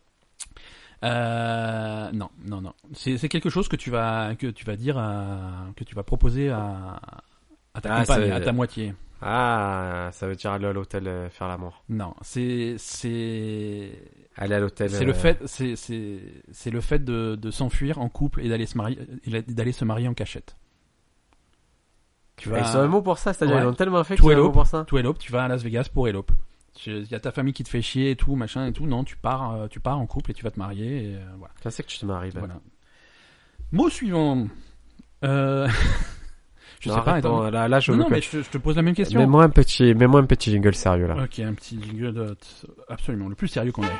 Euh, non, non, non. C'est, c'est quelque chose que tu vas, que tu vas dire à, que tu vas proposer à, à ta Ah, compagne, c'est- à ta moitié. Ah, ça veut dire aller à l'hôtel euh, faire l'amour. Non, c'est c'est Aller à l'hôtel. c'est euh, le fait c'est c'est c'est le fait de de s'enfuir en couple et d'aller se marier et d'aller se marier en cachette. Tu Ils ont un mot pour ça, c'est-à-dire Ouais. ils ont tellement fait Tout qu'ils ont un mot élope. pour ça. Tu élopes, tu vas à Las Vegas pour élope. Il y a ta famille qui te fait chier et tout, machin et tout. Non, tu pars, euh, tu pars en couple et tu vas te marier. Et, euh, voilà. Je sais que tu te maries. Ben. Voilà. Mot suivant. Euh... je Non, sais pas. arrête, étant- bon, là, là, je Non, veux non, que- mais je, je te pose la même question. Mets-moi un petit, mets-moi un petit jingle sérieux là. Ok, un petit jingle de... absolument le plus sérieux qu'on ait.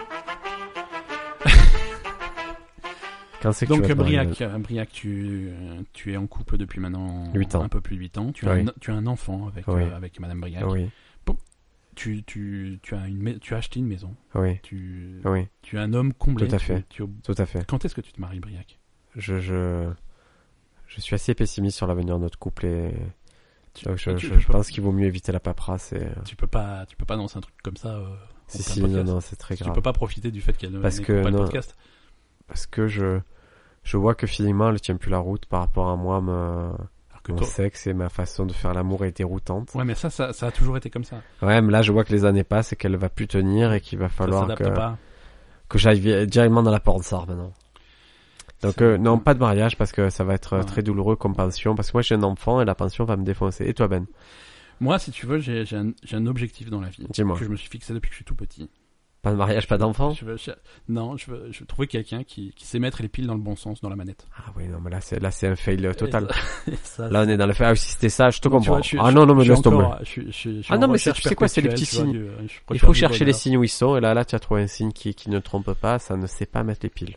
Quand c'est que Donc tu vas te marier, Briac, euh, Briac, tu euh, tu es en couple depuis maintenant Huit ans. un peu plus de huit ans. Tu as Oui. un, tu as un enfant avec Oui. euh, avec Madame Briac. Oui, Tu tu tu as une mais- tu as acheté une maison. oui, Tu oui, tu es un homme comblé. Tout à Tu- fait. tu es au- tout à fait. Quand est-ce que tu te maries, Briac? Je, je, je suis assez pessimiste sur l'avenir de notre couple et Tu, donc je, tu- je, tu je peux- pense qu'il vaut mieux éviter la paperasse et. tu peux pas tu peux pas lancer un truc comme ça. Euh, en Si, plein si, non, podcast. non, c'est très Tu grave. peux pas profiter du fait qu'elle ne Parce n'écoute que pas le non. podcast. Parce que je, je vois que finalement, elle tient plus la route par rapport à moi, me, Alors que mon toi- sexe et ma façon de faire l'amour est déroutante. Ouais, mais ça, ça, ça a toujours été comme ça. Ouais, mais là, je vois que les années passent et qu'elle va plus tenir et qu'il va Ça falloir s'adapte que, pas. que j'aille vi- directement dans la porte star maintenant. Donc, C'est- euh, non, pas de mariage parce que ça va être euh, Ouais. très douloureux comme pension. Parce que moi, j'ai un enfant et la pension va me défoncer. Et toi, Ben? Moi, si tu veux, j'ai j'ai un, j'ai un objectif dans la vie Dis-moi. que je me suis fixé depuis que je suis tout petit. Pas de mariage, pas d'enfant? Je veux, je- non, je veux, je veux trouver quelqu'un qui, qui sait mettre les piles dans le bon sens dans la manette. Ah oui, non, mais là, c'est, là, c'est un fail euh, total. Et ça, Là, on est dans le fait. Ah, si c'était ça, je te Non, tu comprends. vois, je suis- Ah non, non, mais je suis laisse tomber. encore- je suis- je suis- je suis Ah en non, mais c'est- recherche tu sais quoi, c'est les petits perpétuelle, tu signes. vois, du- euh, je Il préfère faut du chercher les bonheur. signes où ils sont. Et là, là, tu as trouvé un signe qui, qui ne trompe pas. Ça ne sait pas mettre les piles.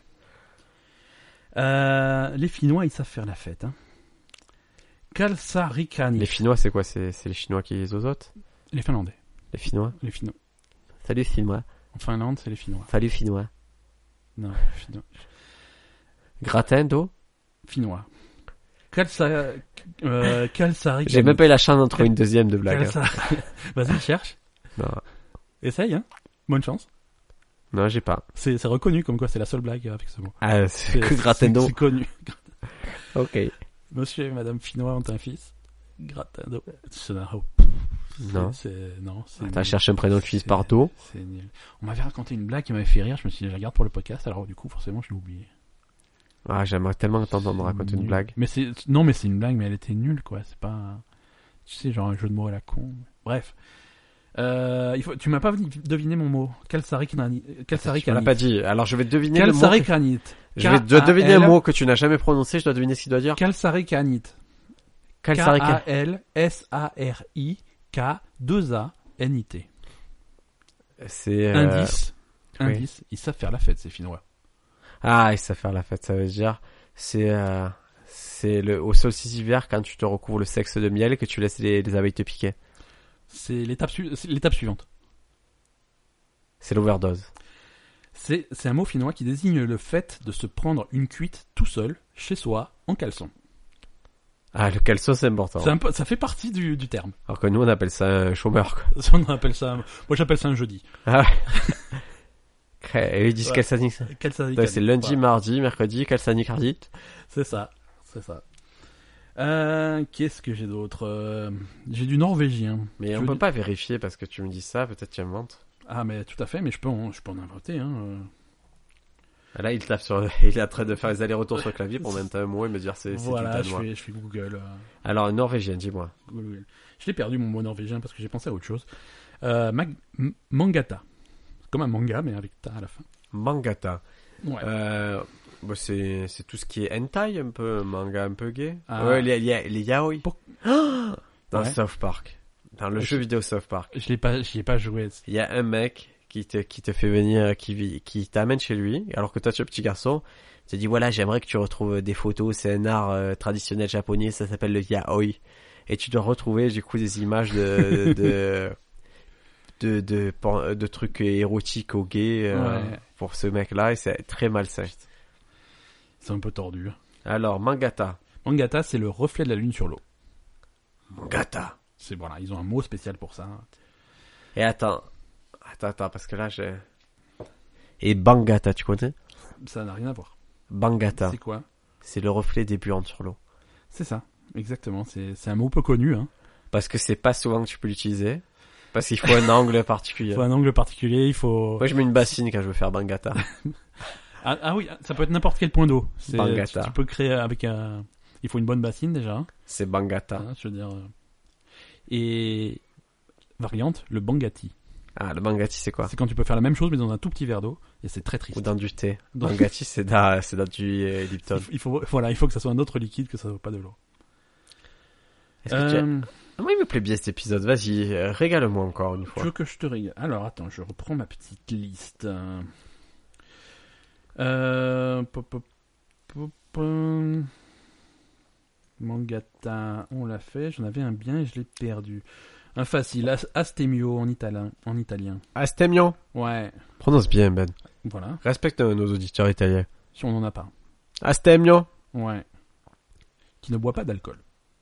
Euh, les Finnois, ils savent faire la fête. Hein. Kalsarikani. Les Finnois, c'est quoi? C'est, c'est les Chinois qui les osotent? Les Finlandais. Les Finnois? Les Finnois. Salut Finnois. En Finlande, c'est les Finnois. Salut Finnois. Non, Finnois. Gratin d'eau? Finnois. Kalsa... Euh, Kalsarikani. J'ai même pas eu la chance d'en trouver une deuxième de blague. hein. Kalsa- Vas-y, cherche. Non. Essaye, hein. Bonne chance. Non, j'ai pas. C'est c'est reconnu comme quoi c'est la seule blague avec ce mot. Ah, c'est que gratin d'eau. C'est connu. Ok. Monsieur et Madame Finnois ont un fils. Gratin d'eau. C'est un- Non. C'est non. C'est T'as nul. cherché un prénom qui finisse C'est- par d'eau. C'est nul. On m'avait raconté une blague qui m'avait fait rire. Je me suis dit, je la garde pour le podcast. Alors du coup, forcément, je l'ai oublié. Ah, j'aimerais tellement t'entendre C'est raconter une nul. blague. Mais c'est non, mais c'est une blague, mais elle était nulle, quoi. C'est pas, tu sais, genre un jeu de mots à la con. Bref. Euh, il faut... Tu m'as pas deviné mon mot. Kalsarikani. Tu me l'as Kalsarikani. pas dit. Alors, je vais deviner le mot. que- Kalsarikanit. Je vais de- deviner un mot que tu n'as jamais prononcé. Je dois deviner ce qu'il doit dire. Kalsarikanit. Kalsarika. K A L S A R I K deux A N I T. C'est, euh, Indice. oui. Indice. Ils savent faire la fête, ces Finnois. Ah, et ça faire la fête, ça veut dire, c'est, euh, c'est le, au solstice d'hiver quand tu te recouvres le sexe de miel et que tu laisses les, les abeilles te piquer. C'est l'étape, su- c'est l'étape suivante. C'est l'overdose. C'est, c'est un mot finnois qui désigne le fait de se prendre une cuite tout seul, chez soi, en caleçon. Ah, le caleçon, c'est important. C'est un peu, ça fait partie du, du terme. Alors que nous, on appelle ça un chômeur, quoi. Ça, on appelle ça, moi j'appelle ça un jeudi. Ah ouais. Cré- Et ils disent Ouais. calsanic. Quel ça Ouais, c'est lundi, Voilà. mardi, mercredi, calsanicardite. C'est ça, c'est ça. Euh, qu'est-ce que j'ai d'autre Euh, J'ai du norvégien. Mais Tu on veux peut dire- pas vérifier parce que tu me dis ça, peut-être tu inventes. Ah mais tout à fait, mais je peux en, je peux en inventer. Hein. euh. Là, il tape sur, il est en train de faire les allers-retours sur le clavier pour inventer un mot et me dire c'est, c'est Voilà, tout à je moi. fais, je fais Google. euh, Alors, norvégien, dis-moi. Google, Google. Je l'ai perdu mon mot norvégien parce que j'ai pensé à autre chose. Euh, mag- m- mangata. C'est comme un manga mais avec ta à la fin. Mangata. Ouais. Euh, bah c'est, c'est tout ce qui est hentai, un peu, manga un peu gay. Ah. Ouais, les, les, les yaoi. Pour- Ah dans Ouais. South Park. Dans le Ouais, jeu je- vidéo South Park. Je l'ai pas, j'y ai pas joué. Il y a un mec qui te, qui te fait venir, qui vit, qui t'amène chez lui, alors que toi tu es un petit garçon. Il te dit voilà, j'aimerais que tu retrouves des photos, c'est un art euh, traditionnel japonais, ça s'appelle le yaoi. Et tu dois retrouver du coup des images de, de, de, de, de, de trucs érotiques au gay euh, Ouais. pour ce mec-là, et c'est très malsain. C'est un peu tordu. Alors, Mangata. Mangata, c'est le reflet de la lune sur l'eau. Mangata. C'est voilà, ils ont un mot spécial pour ça. Et attends, attends, attends, parce que là j'ai... Et Bangata, tu connais? Ça n'a rien à voir. Bangata, C'est quoi c'est le reflet des buantes sur l'eau. C'est ça, exactement. C'est c'est un mot peu connu. Hein. Parce que c'est pas souvent que tu peux l'utiliser. Parce qu'il faut un angle particulier. Il faut un angle particulier, il faut... Moi, je mets une bassine quand je veux faire Bangata. Ah, ah oui, ça peut être n'importe quel point d'eau. C'est, Bangata. Tu, tu peux créer avec un... Il faut une bonne bassine déjà. C'est Bangata. Hein, je veux dire... Et... Variante, le Bangati. Ah, le Bangati, c'est quoi? C'est quand tu peux faire la même chose mais dans un tout petit verre d'eau. Et c'est très triste. Ou dans du thé. Dans- Bangati, c'est dans, c'est dans du euh, Lipton. Il faut, voilà, il faut que ça soit un autre liquide, que ça soit pas de l'eau. Est-ce que tu as... Euh, Moi, il me plaît bien cet épisode. Vas-y, euh, régale-moi encore une Tu fois. veux que je te régale? Alors attends, je reprends ma petite liste. Euh... Pop, pop, pop, euh, Mangata, on l'a fait. J'en avais un bien et je l'ai perdu. Un facile, As- Astemio en italien. En italien. Astemio. Ouais, Prononce bien, Ben. voilà. Respecte euh, nos auditeurs italiens. Si on n'en a pas. Astemio. Ouais. Qui ne boit pas d'alcool.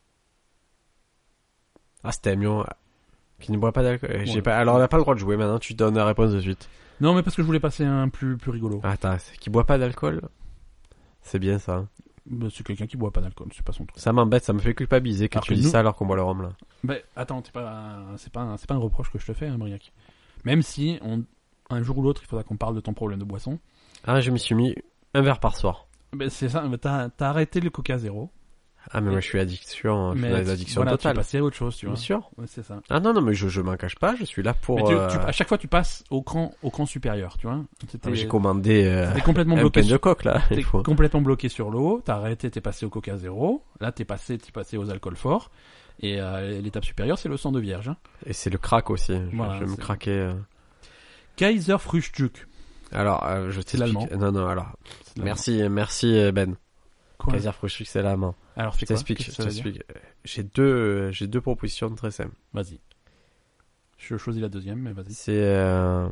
Astemio. Qui ne boit pas d'alcool. Euh, J'ai Ouais. pas... Alors, on n'a pas le droit de jouer maintenant. Tu donnes la réponse de suite. Non, mais parce que je voulais passer un plus, plus rigolo. Attends, c'est qui boit pas d'alcool? C'est bien ça. hein. Bah, c'est quelqu'un qui boit pas d'alcool, c'est pas son truc. Ça m'embête, ça me fait culpabiliser que Alors tu que dis nous- ça alors qu'on boit le rhum là. Bah, attends, c'est pas, c'est pas, un- c'est pas un reproche que je te fais, hein, Briac. Même si, on, un jour ou l'autre, il faudra qu'on parle de ton problème de boisson. Ah, je m'y suis mis un verre par soir. Ben, c'est ça, ben, t'as, t'as arrêté le Coca Zéro. Ah, mais moi je suis addiction, je suis dans les tu- addictions voilà, tu totales. passais à autre chose, tu vois. Bien sûr. Ouais, c'est ça. Ah non, non, mais je, je m'en cache pas, je suis là pour... Mais tu, euh, tu- à chaque fois, tu passes au cran, au cran supérieur, tu vois. C'était, J'ai commandé euh, t'es complètement un bloqué pain de sur, coque là. t'es il faut. complètement bloqué sur l'eau. T'as arrêté, t'es passé au Coca Zéro. Là, t'es passé, t'es passé aux alcools forts. Et euh, l'étape supérieure, c'est le sang de vierge. Hein. Et c'est le crack aussi, je, Voilà, je vais me c'est- craquer. euh. Kaiser Frühstück. Alors, euh, je C'est t'explique. l'allemand. Non, non, alors, C'est la- merci, merci euh, Ben. Quoi Kaiser Frühstück, c'est l'allemand. Alors, Je c'est quoi? t'explique, Qu'est-ce je que ça veut dire t'explique. J'ai deux, euh, j'ai deux propositions très simples. Vas-y. Je choisis la deuxième, mais vas-y. C'est, euh...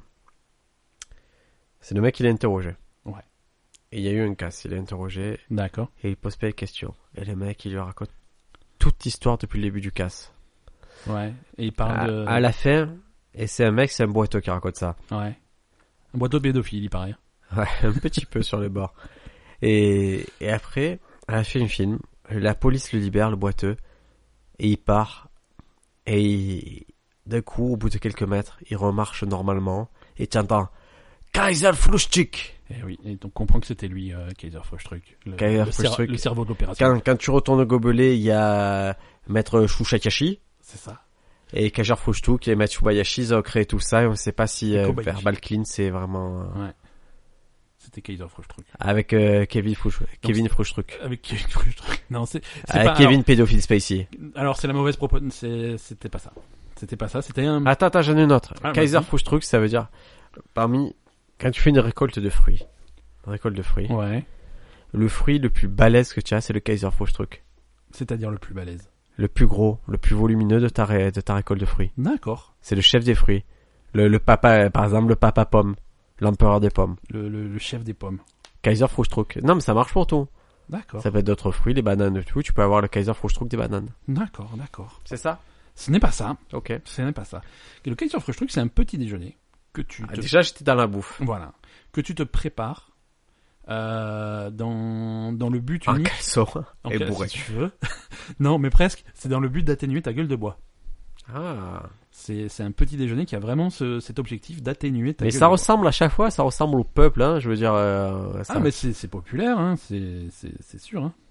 c'est le mec qui l'a interrogé. Ouais. Et il y a eu un cas, il l'a interrogé D'accord. et il pose pas de questions. Et le mec, il lui raconte toute l'histoire depuis le début du casse. Ouais. Et il parle À, de... à la fin, et c'est un mec, c'est un boiteux qui raconte ça. Ouais. Un boiteau de pédophile, il paraît. Ouais, un petit peu sur les bords. Et, et après, à la fin du film, la police le libère, le boiteux, et il part. Et il- d'un coup, au bout de quelques mètres, il remarche normalement, et tu entends Kaiser Frühstück. Et oui, et donc on comprend que c'était lui, euh, Kaiser Frühstück. Le, Kaiser le, cer- Frühstück. le cerveau de l'opération. Quand, quand tu retournes au gobelet, il y a Maître Shushakashi C'est ça. et Kaiser Frühstück et Maître Kobayashi, ils ont créé tout ça, et on sait pas si euh, Kobayashi. Verbal Clean, c'est vraiment... euh, Ouais. C'était Kaiser Frühstück. avec euh, Kevin Frühstück. Kevin Frühstück. Avec Kevin Frühstück. Non, c'est, c'est Avec pas... Kevin Pédophile Spacey. Alors, alors, c'est la mauvaise propos... c'est, c'était pas ça. C'était pas ça, c'était un... Attends, attends, j'en ai une autre. Ah, Kaiser vas-y. Frühstück, ça veut dire, parmi, quand tu fais une récolte de fruits, une récolte de fruits, Ouais. le fruit le plus balèze que tu as, c'est le Kaiser Frühstück. C'est-à-dire le plus balèze. Le plus gros, le plus volumineux de ta, ré- de ta récolte de fruits. D'accord. C'est le chef des fruits. Le, le papa, par exemple, le papa pomme. L'empereur des pommes. Le, le, le chef des pommes. Kaiser Frühstück. Non, mais ça marche pour tout. D'accord. Ça peut être d'autres fruits, les bananes et tout. Tu peux avoir le Kaiser Frühstück des bananes. D'accord, d'accord. C'est ça? Ce n'est pas ça. Ok. Ce n'est pas ça. Et le Kaiser Frühstück, c'est un petit déjeuner que tu Ah, te... déjà, j'étais dans la bouffe. Voilà. Que tu te prépares euh, dans, dans le but En unique... caleçon. En Et cas- bourré. si tu veux. Non, mais presque. C'est dans le but d'atténuer ta gueule de bois. Ah. C'est, c'est un petit déjeuner qui a vraiment ce, cet objectif d'atténuer ta Mais gueule ça de bois. ressemble à chaque fois, ça ressemble au peuple, hein. Je veux dire, euh, ça- Ah, mais c'est, c'est populaire, hein. C'est, c'est, c'est sûr, hein.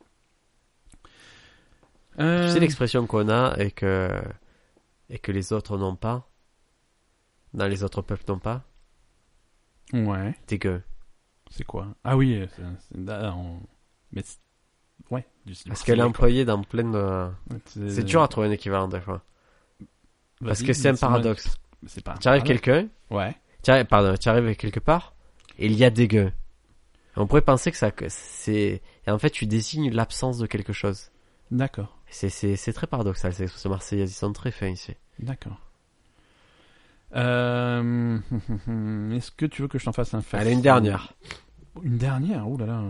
Euh, Tu sais l'expression qu'on a et que, et que les autres n'ont pas? Non, les autres peuples n'ont pas? Ouais. Dégueu. C'est quoi? Ah oui, c'est, c'est, ah, on- mais c'est- ouais. Du, du Parce qu'elle est quoi. employée dans plein de... C'est, C'est dur à trouver un équivalent des fois. Parce Vas-y, que c'est un mais moi- paradoxe. C'est pas un Tu arrives paradoxe. quelqu'un, Ouais. tu arrives, pardon, tu arrives quelque part, et il y a dégueu. On pourrait penser que ça, que c'est, et en fait, tu désignes l'absence de quelque chose. D'accord. C'est, c'est, c'est très paradoxal, ces expressions marseillaises, ils sont très fins ici. D'accord. Euh... Est-ce que tu veux que je t'en fasse un facile? Allez, une dernière. Une dernière, ouh là là.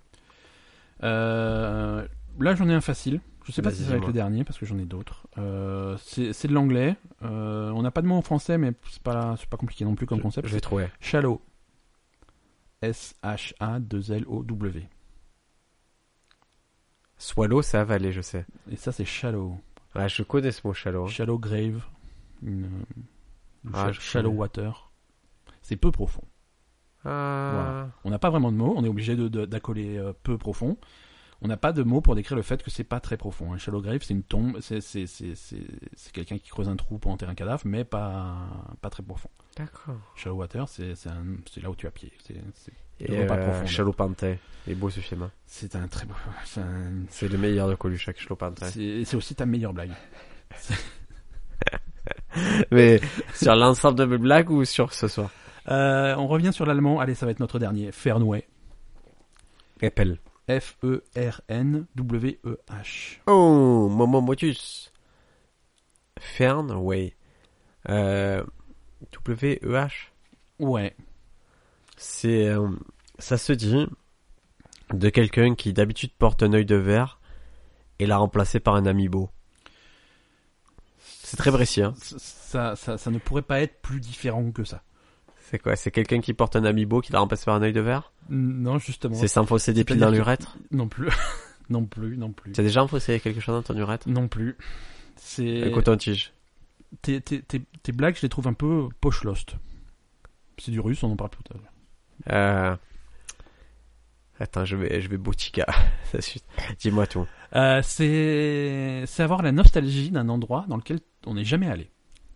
Euh, là, j'en ai un facile. Je sais pas Vas-y, si ça va être dis-moi. le dernier parce que j'en ai d'autres. Euh, c'est, c'est de l'anglais. Euh, on n'a pas de mot en français, mais c'est pas, c'est pas compliqué non plus comme Je- concept. Je vais trouver. Shallow. S H A deux L O W. Swallow, c'est avaler, je sais. Et ça, c'est shallow. Ouais, je connais ce mot shallow. Shallow grave. Une, une Ah, sha- je shallow connais. water. C'est peu profond. Ah. Voilà. On n'a pas vraiment de mots, on est obligé de, de- d'accoler euh, peu profond. On n'a pas de mots pour décrire le fait que c'est pas très profond. Un shallow grave, c'est une tombe, c'est, c'est, c'est, c'est, c'est quelqu'un qui creuse un trou pour enterrer un cadavre, mais pas, pas très profond. D'accord. Shallow water, c'est, c'est, un, c'est là où tu as pied. C'est, c'est, Et de repas euh, profond, là. Shallow Pantai. Il est beau ce film. Hein. c'est un très beau. C'est, un- C'est le meilleur de Coluche, Shallow Pantai. c'est, c'est aussi ta meilleure blague. Mais sur l'ensemble de mes blagues ou sur ce soir? Euh, on revient sur l'allemand. Allez, ça va être notre dernier. Fernweh. Apple. F E R N W E H. Oh, Momo Motus. Fernweh. Euh, W E H. Ouais. C'est, euh, ça se dit de quelqu'un qui d'habitude porte un œil de verre et l'a remplacé par un amiibo. C'est très précis, hein. Ça, ça, ça ne pourrait pas être plus différent que ça. C'est quoi? C'est quelqu'un qui porte un amiibo qui l'a remplacé par un œil de verre? Non, justement. C'est s'enfoncer des piles dans C'est-à-dire l'urètre? Non plus. non plus, non plus. Tu as déjà enfoncé quelque chose dans ton urètre? Non plus. C'est. Un coton-tige. Tes, tes, tes, tes blagues, je les trouve un peu poche lost. C'est du russe, on en parle tout à l'heure. Euh... Attends, je vais, je vais Boutika. Ça suite. Dis-moi tout. Euh, c'est, c'est avoir la nostalgie d'un endroit dans lequel on n'est jamais allé.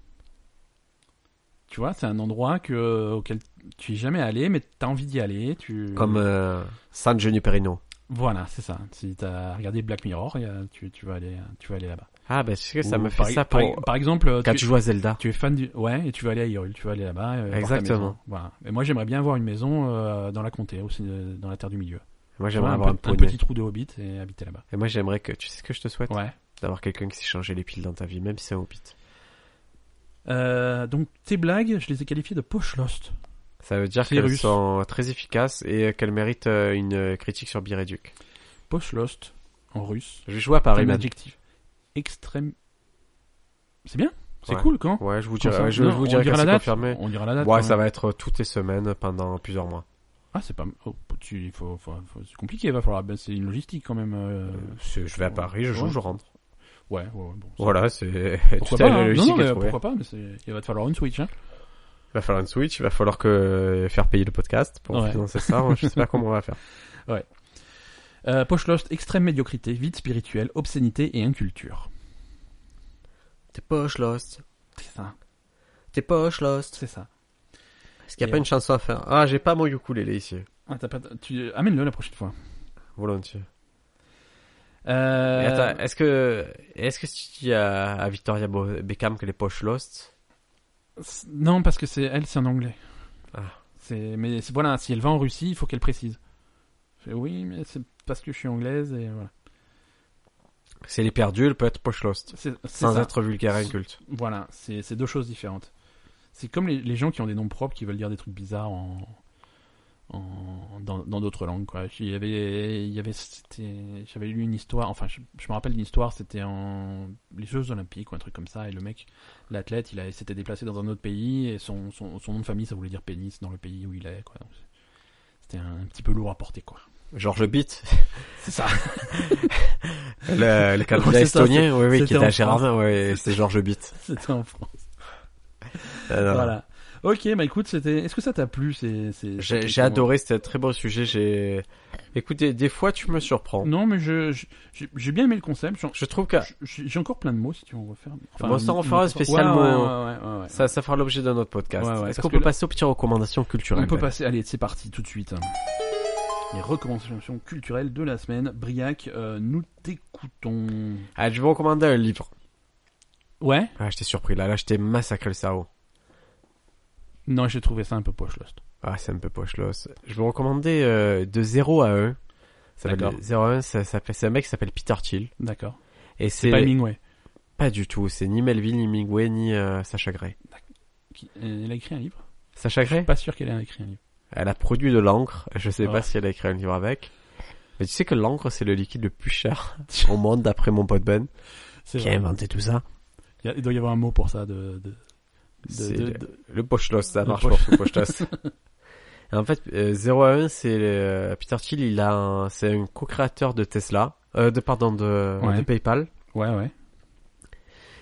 Tu vois, c'est un endroit que, auquel tu es jamais allé, mais t'as envie d'y aller. Tu... Comme euh, San Junipero. Voilà, c'est ça. Si t'as regardé Black Mirror, y a, tu, tu vas aller, tu vas aller là-bas. Ah, bah, c'est que ça Ou me fait par, ça par, pour... par exemple, Quand tu, tu joues à Zelda. tu es fan du, ouais, et tu vas aller à Hyrule, tu vas aller là-bas. Euh, voir ta Exactement. maison. Voilà. Et moi, j'aimerais bien avoir une maison euh, dans la comté, aussi euh, dans la Terre du Milieu. Moi, Tu vois, j'aimerais un, avoir un, pe- un poney. petit trou de hobbit et habiter là-bas. Et moi, j'aimerais que... Tu sais ce que je te souhaite? Ouais. D'avoir quelqu'un qui sait changer les piles dans ta vie, même si c'est un hobbit. Euh, donc tes blagues, je les ai qualifiées de poche lost. Ça veut dire C'est qu'elles russe. sont très efficaces et qu'elles méritent euh, une critique sur Biréduc. Poche lost en russe. Je vais jouer à C'est Paris, un man. adjectif extrême. C'est bien. C'est Ouais. cool quand. Ouais, je vous Quand dirai, ça- je, non, je vous on dirai dira quand la c'est date. confirmé. On dira la date. Ouais, quand ça même. va être toutes les semaines pendant plusieurs mois. Ah, c'est pas. Oh, tu, il faut, faut, faut- c'est compliqué. Il va falloir. Ben, c'est une logistique quand même. euh, C'est- Je vais à Paris, je joue, Ouais. je rentre. Ouais, ouais, ouais, bon. ça- Voilà, c'est Pourquoi tout pas, à hein. la Non, logique non, est mais trouvée. pourquoi pas, mais c'est... il va te falloir une Switch, hein. Il va falloir une Switch, il va falloir que faire payer le podcast pour Ouais. financer ça. Je sais pas comment on va faire. Euh, poche lost, extrême médiocrité, vide spirituel, obscénité et inculture. T'es poche lost. C'est ça, T'es poche lost. c'est ça. Est-ce qu'il n'y a Et pas euh, une chanson à faire? Ah, j'ai pas mon ukulélé ici. Ah, t'as pas... tu... Amène-le la prochaine fois. Volontiers. Euh... Et attends, est-ce que, est-ce que si tu dis à, à Victoria Bo- Beckham qu'elle est poche lost? c- Non, parce que c'est elle, c'est en anglais. Ah. C'est... Mais c'est... voilà, si elle va en Russie, il faut qu'elle précise. Je fais, oui, mais c'est parce que je suis anglaise et voilà. Si elle est perdue, elle peut être poche lost. C'est, c'est Sans ça. être vulgaire et inculte. Voilà, c'est, c'est deux choses différentes. C'est comme les, les gens qui ont des noms propres qui veulent dire des trucs bizarres en, en dans, dans d'autres langues, quoi. Il y avait, il y avait, c'était, j'avais lu une histoire, enfin, je, je me rappelle d'une histoire, c'était en les Jeux Olympiques ou un truc comme ça, et le mec, l'athlète, il, a, il s'était déplacé dans un autre pays et son, son, son nom de famille, ça voulait dire pénis dans le pays où il est, quoi. Donc, c'était un, un petit peu lourd à porter, quoi. Georges Bitt. C'est ça. le, le candidat Ouais, c'est ça, estonien, oui, oui, c'était qui était en à Gérardmer, oui, c'est Georges Bitt. C'était en France. Alors, Voilà. Ok, bah écoute, c'était. Est-ce que ça t'a plu c'est, c'est, J'ai, c'est- j'ai adoré, c'était un très bon sujet. J'ai, écoutez, des fois tu me surprends. Non, mais je, je- j'ai, j'ai bien aimé le concept. J'en- Je trouve que J'ai j'ai encore plein de mots si tu veux en refaire. Bon, ça, on une- fera une un spécial ouais, mot. Ouais, ouais, ouais, ouais, ouais. ça, ça fera l'objet d'un autre podcast. Ouais, ouais, Est-ce parce qu'on que peut là- passer aux petites recommandations culturelles? On peut Ben passer. Allez, c'est parti tout de suite. Les recommandations culturelles de la semaine. Briac, euh, nous t'écoutons. Ah, je vais recommander un livre. Ouais. Ah, j'étais surpris là, là, j'étais massacré le cerveau. Non, j'ai trouvé ça un peu poche lost. Ah, c'est un peu poche lost. Je vais recommander euh, de zéro à un. Ça s'appelle D'accord. zéro à un, ça s'appelle, c'est un mec qui s'appelle Peter Thiel. D'accord. Et c'est, C'est pas Hemingway. pas du tout, c'est ni Melville, ni Hemingway, ni euh, Sacha Gray. Qui- Elle a écrit un livre. Sacha Je suis Gray, pas sûr qu'elle ait écrit un livre. elle a produit de l'encre. Je sais Ouais. pas si elle a écrit un livre avec. Mais tu sais que l'encre, c'est le liquide le plus cher au monde d'après mon pote Ben, C'est qui a vrai. inventé tout ça. Il, y a- il doit y avoir un mot pour ça de. de... de- C'est de- le, de- le poche lost, ça Le marche poche- pour le poche lost. Et en fait, euh, zéro à un, c'est euh, Peter Thiel, il a un, c'est un co-créateur de Tesla, euh, de pardon de, Ouais. de PayPal, Ouais, ouais.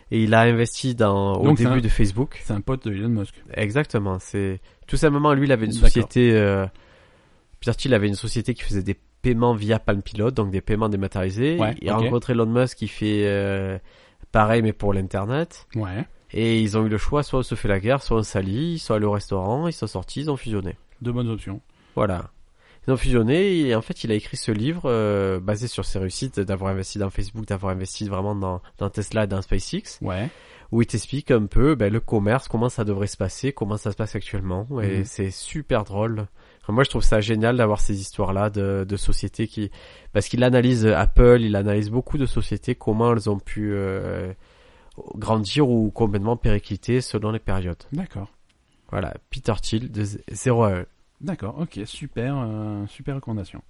Et il a investi dans, au Donc, c'est début un- de Facebook. C'est un pote de Elon Musk. Exactement. C'est, tout simplement, lui, il avait une D'accord. société, euh, Peter Thiel avait une société qui faisait des paiements via Palm Pilot, donc des paiements dématérialisés. Ouais, il a ok. rencontré Elon Musk qui fait, euh, pareil, mais pour l'internet. Ouais. Et ils ont eu le choix, soit on se fait la guerre, soit on s'allie, soit aller au restaurant, ils sont sortis, ils ont fusionné. Deux bonnes options. Voilà. Ils ont fusionné et en fait il a écrit ce livre euh, basé sur ses réussites d'avoir investi dans Facebook, d'avoir investi vraiment dans, dans Tesla et dans SpaceX, Ouais. où il t'explique un peu ben, le commerce, comment ça devrait se passer, comment ça se passe actuellement, et Mhm. c'est super drôle. Enfin, moi je trouve ça génial d'avoir ces histoires-là de, de sociétés qui... Parce qu'il analyse Apple, il analyse beaucoup de sociétés, comment elles ont pu euh, grandir ou complètement péricliter selon les périodes. D'accord. Voilà, Peter Thiel de zéro à un. D'accord. Ok. Super. euh, super recommandation.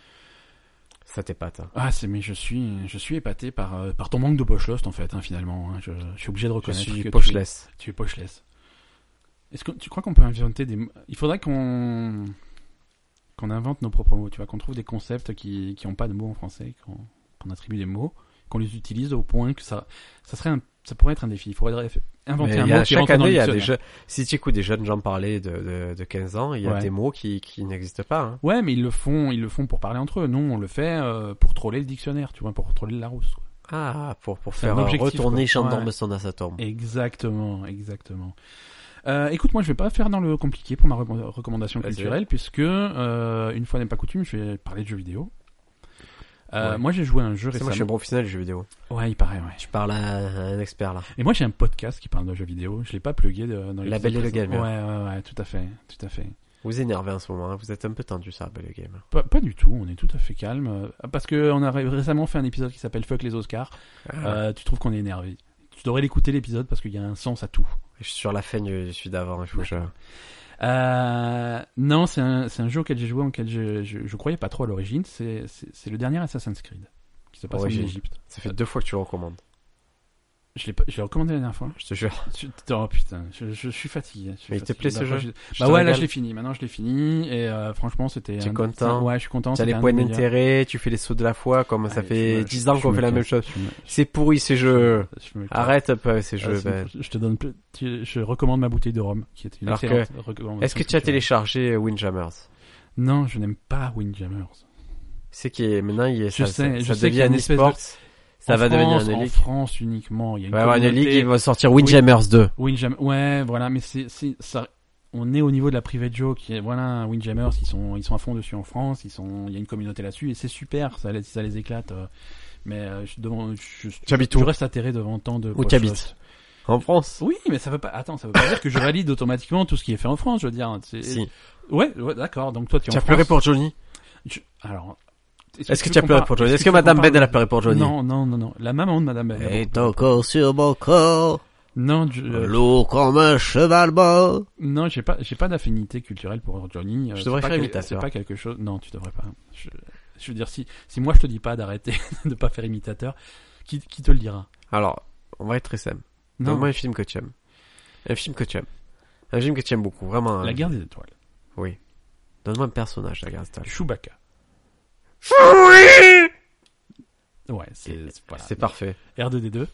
Ça t'épate. Hein. Ah, c'est mais je suis je suis épaté par euh, par ton manque de poche lost en fait hein, finalement. hein. Je, je suis obligé de Je reconnaître suis que pocheless. tu, tu es pocheless. Est-ce que tu crois qu'on peut inventer des mots- Il faudrait qu'on qu'on invente nos propres mots. Tu vois, qu'on trouve des concepts qui qui ont pas de mots en français, qu'on qu'on attribue des mots, qu'on les utilise au point que ça ça serait un, ça pourrait être un défi. Il faudrait inventer Mais un il y a- mot qui chaque rentre dans année, le il y a des dictionnaire. jeux. Si tu écoutes des jeunes gens parler de, de, de quinze ans, il y a Ouais. des mots qui, qui n'existent pas. Hein. Ouais, mais ils le font, ils le font pour parler entre eux. Nous, on le fait euh, pour troller le dictionnaire, tu vois, pour troller le Larousse. quoi. Ah, pour, pour C'est faire un euh, objectif, retourner quoi. Chandorme Ouais. son à sa tombe. Exactement, exactement. Euh, écoute, moi, je vais pas faire dans le compliqué pour ma re- recommandation Vas-y. culturelle, puisque euh, une fois n'est pas coutume, je vais parler de jeux vidéo. Euh, Ouais. Moi, j'ai joué à un jeu C'est récemment. moi, je suis un professionnel du jeu vidéo. Ouais, il paraît, ouais. Je parle à un expert là. Et moi, j'ai un podcast qui parle de jeux vidéo. Je l'ai pas plugué de, dans les La Belle et le Gamer. Ouais, ouais, ouais, tout à fait, tout à fait. Vous énervez en ce moment, hein. Vous êtes un peu tendu ça, Belle Game. Pas, pas du tout, on est tout à fait calme. euh, Parce que on a ré- récemment fait un épisode qui s'appelle Fuck les Oscars. Ah. Euh, tu trouves qu'on est énervé. Tu devrais l'écouter l'épisode parce qu'il y a un sens à tout. Je suis sur la fin du, du celui d'avant, il faut que je... Euh, non, c'est un, c'est un jeu auquel j'ai joué, auquel je, je, je croyais pas trop à l'origine. C'est, c'est, c'est le dernier Assassin's Creed qui se passe en Origine. Égypte. Ça fait deux fois que tu le recommandes. Je l'ai, pas- je l'ai recommandé la dernière fois. Je te jure. Je- Oh putain, je, je, je suis fatigué. Je suis Mais il te fatigué. plaît, ce Bah, jeu je- Je Bah te ouais, là régale. je l'ai fini. Maintenant je l'ai fini et euh, franchement c'était. Tu es un- content Ouais, je suis content. T'as c'était les un points des meilleurs. d'intérêt, tu fais les sauts de la foi, comme ça Allez, fait je me- dix ans je qu'on me fait la même casse, chose. je me- C'est pourri ces jeux. je me casse. Arrête un peu ces Ah, jeux, c'est- Ben. Je te donne, plus- tu- je recommande ma bouteille de rhum, qui est une Alors que- excellente recommandation Est-ce que tu as culturelle. téléchargé Windjammers? Non, je n'aime pas Windjammers. C'est qui est maintenant il est Je ça, sais, ça, je ça sais qu'il y a devient une un espèce e-sport. de- Ça En va devenir France, un en league. France uniquement, il y a une Ouais, ouais, une communauté- league, il va sortir Windjammers deux. Windjam- ouais, voilà, mais c'est, c'est, ça, on est au niveau de la private joke, qui est, voilà, Windjammers, ils sont, ils sont à fond dessus en France, ils sont, il y a une communauté là-dessus, et c'est super, ça, les- ça les éclate, euh, mais, euh, je, devant, je, je, Tu habites je où? reste atterré devant tant de Où poches t'habites? lost. En France? Oui, mais ça veut pas, attends, ça veut pas dire que je valide automatiquement tout ce qui est fait en France, je veux dire, c'est, Si. ouais, ouais, d'accord, donc toi, tu es Tu en as pleuré France. pour Johnny? Je- alors, Est-ce que tu tu as compares- pleuré pour Johnny? Est-ce que tu Madame compares- Ben elle a pleuré pour Johnny? Non, non, non, non, la maman de Madame Ben. Et ton corps sur mon corps, Non, je, euh, lourd comme un cheval mort. non, j'ai pas, j'ai pas d'affinité culturelle pour Johnny. euh, Je c'est devrais pas faire quel- imitateur. C'est pas quelque chose. Non, tu devrais pas. Je, je veux dire, si, si moi je te dis pas d'arrêter de pas faire imitateur, qui, qui te le dira? Alors, on va être très simple. Non. Donne-moi un film que tu aimes. Un film que tu aimes. Un film que tu aimes beaucoup, vraiment. La un- guerre des étoiles. Oui. Donne-moi un personnage, la guerre des étoiles. Chewbacca. Ouais, c'est, c'est, voilà. C'est parfait. R deux D deux.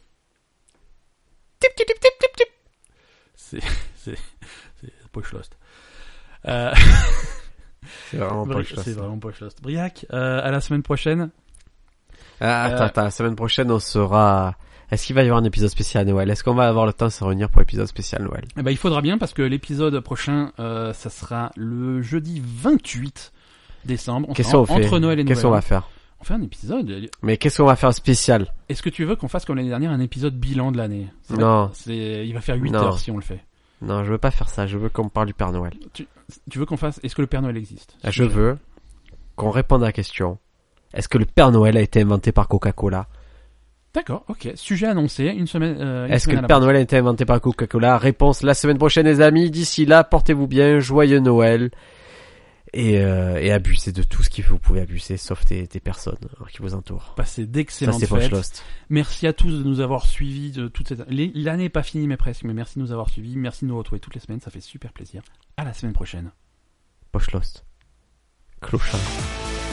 C'est, c'est, c'est Poche Lost. Euh, C'est vraiment pas Bri- le choix. c'est vraiment Poche Lost. Briac, euh, à la semaine prochaine. Ah, attends, Euh, attends, la semaine prochaine, on sera... Est-ce qu'il va y avoir un épisode spécial à Noël? Est-ce qu'on va avoir le temps de se réunir pour l'épisode spécial Noël? Eh ben, il faudra bien parce que l'épisode prochain, euh, ça sera le jeudi vingt-huit décembre. On Qu'est-ce sera qu'on fait? entre Noël et Noël. Qu'est-ce qu'on va faire? On fait un épisode. Mais qu'est-ce qu'on va faire spécial? Est-ce que tu veux qu'on fasse comme l'année dernière un épisode bilan de l'année? Ça va Non. être- C'est, il va faire huit Non. heures si on le fait. Non, je veux pas faire ça. Je veux qu'on parle du Père Noël. Tu, tu veux qu'on fasse? Est-ce que le Père Noël existe? Ah, Je veux qu'on réponde à la question. Est-ce que le Père Noël a été inventé par Coca-Cola? D'accord, ok. Sujet annoncé. Une semaine. Euh, une Est-ce que semaine le à Père l'avance. Noël a été inventé par Coca-Cola? Réponse la semaine prochaine, les amis. D'ici là, portez-vous bien, joyeux Noël. Et, euh, et abusez de tout ce que vous pouvez abuser, sauf des, des personnes euh, qui vous entourent. Passez Ça, d'excellentes c'est Poche fêtes. Lost. Merci à tous de nous avoir suivis de toute cette... Les- L'année n'est pas finie, mais presque. Mais merci de nous avoir suivis. Merci de nous retrouver toutes les semaines. Ça fait super plaisir. À la semaine prochaine. Poche Lost. Clochard.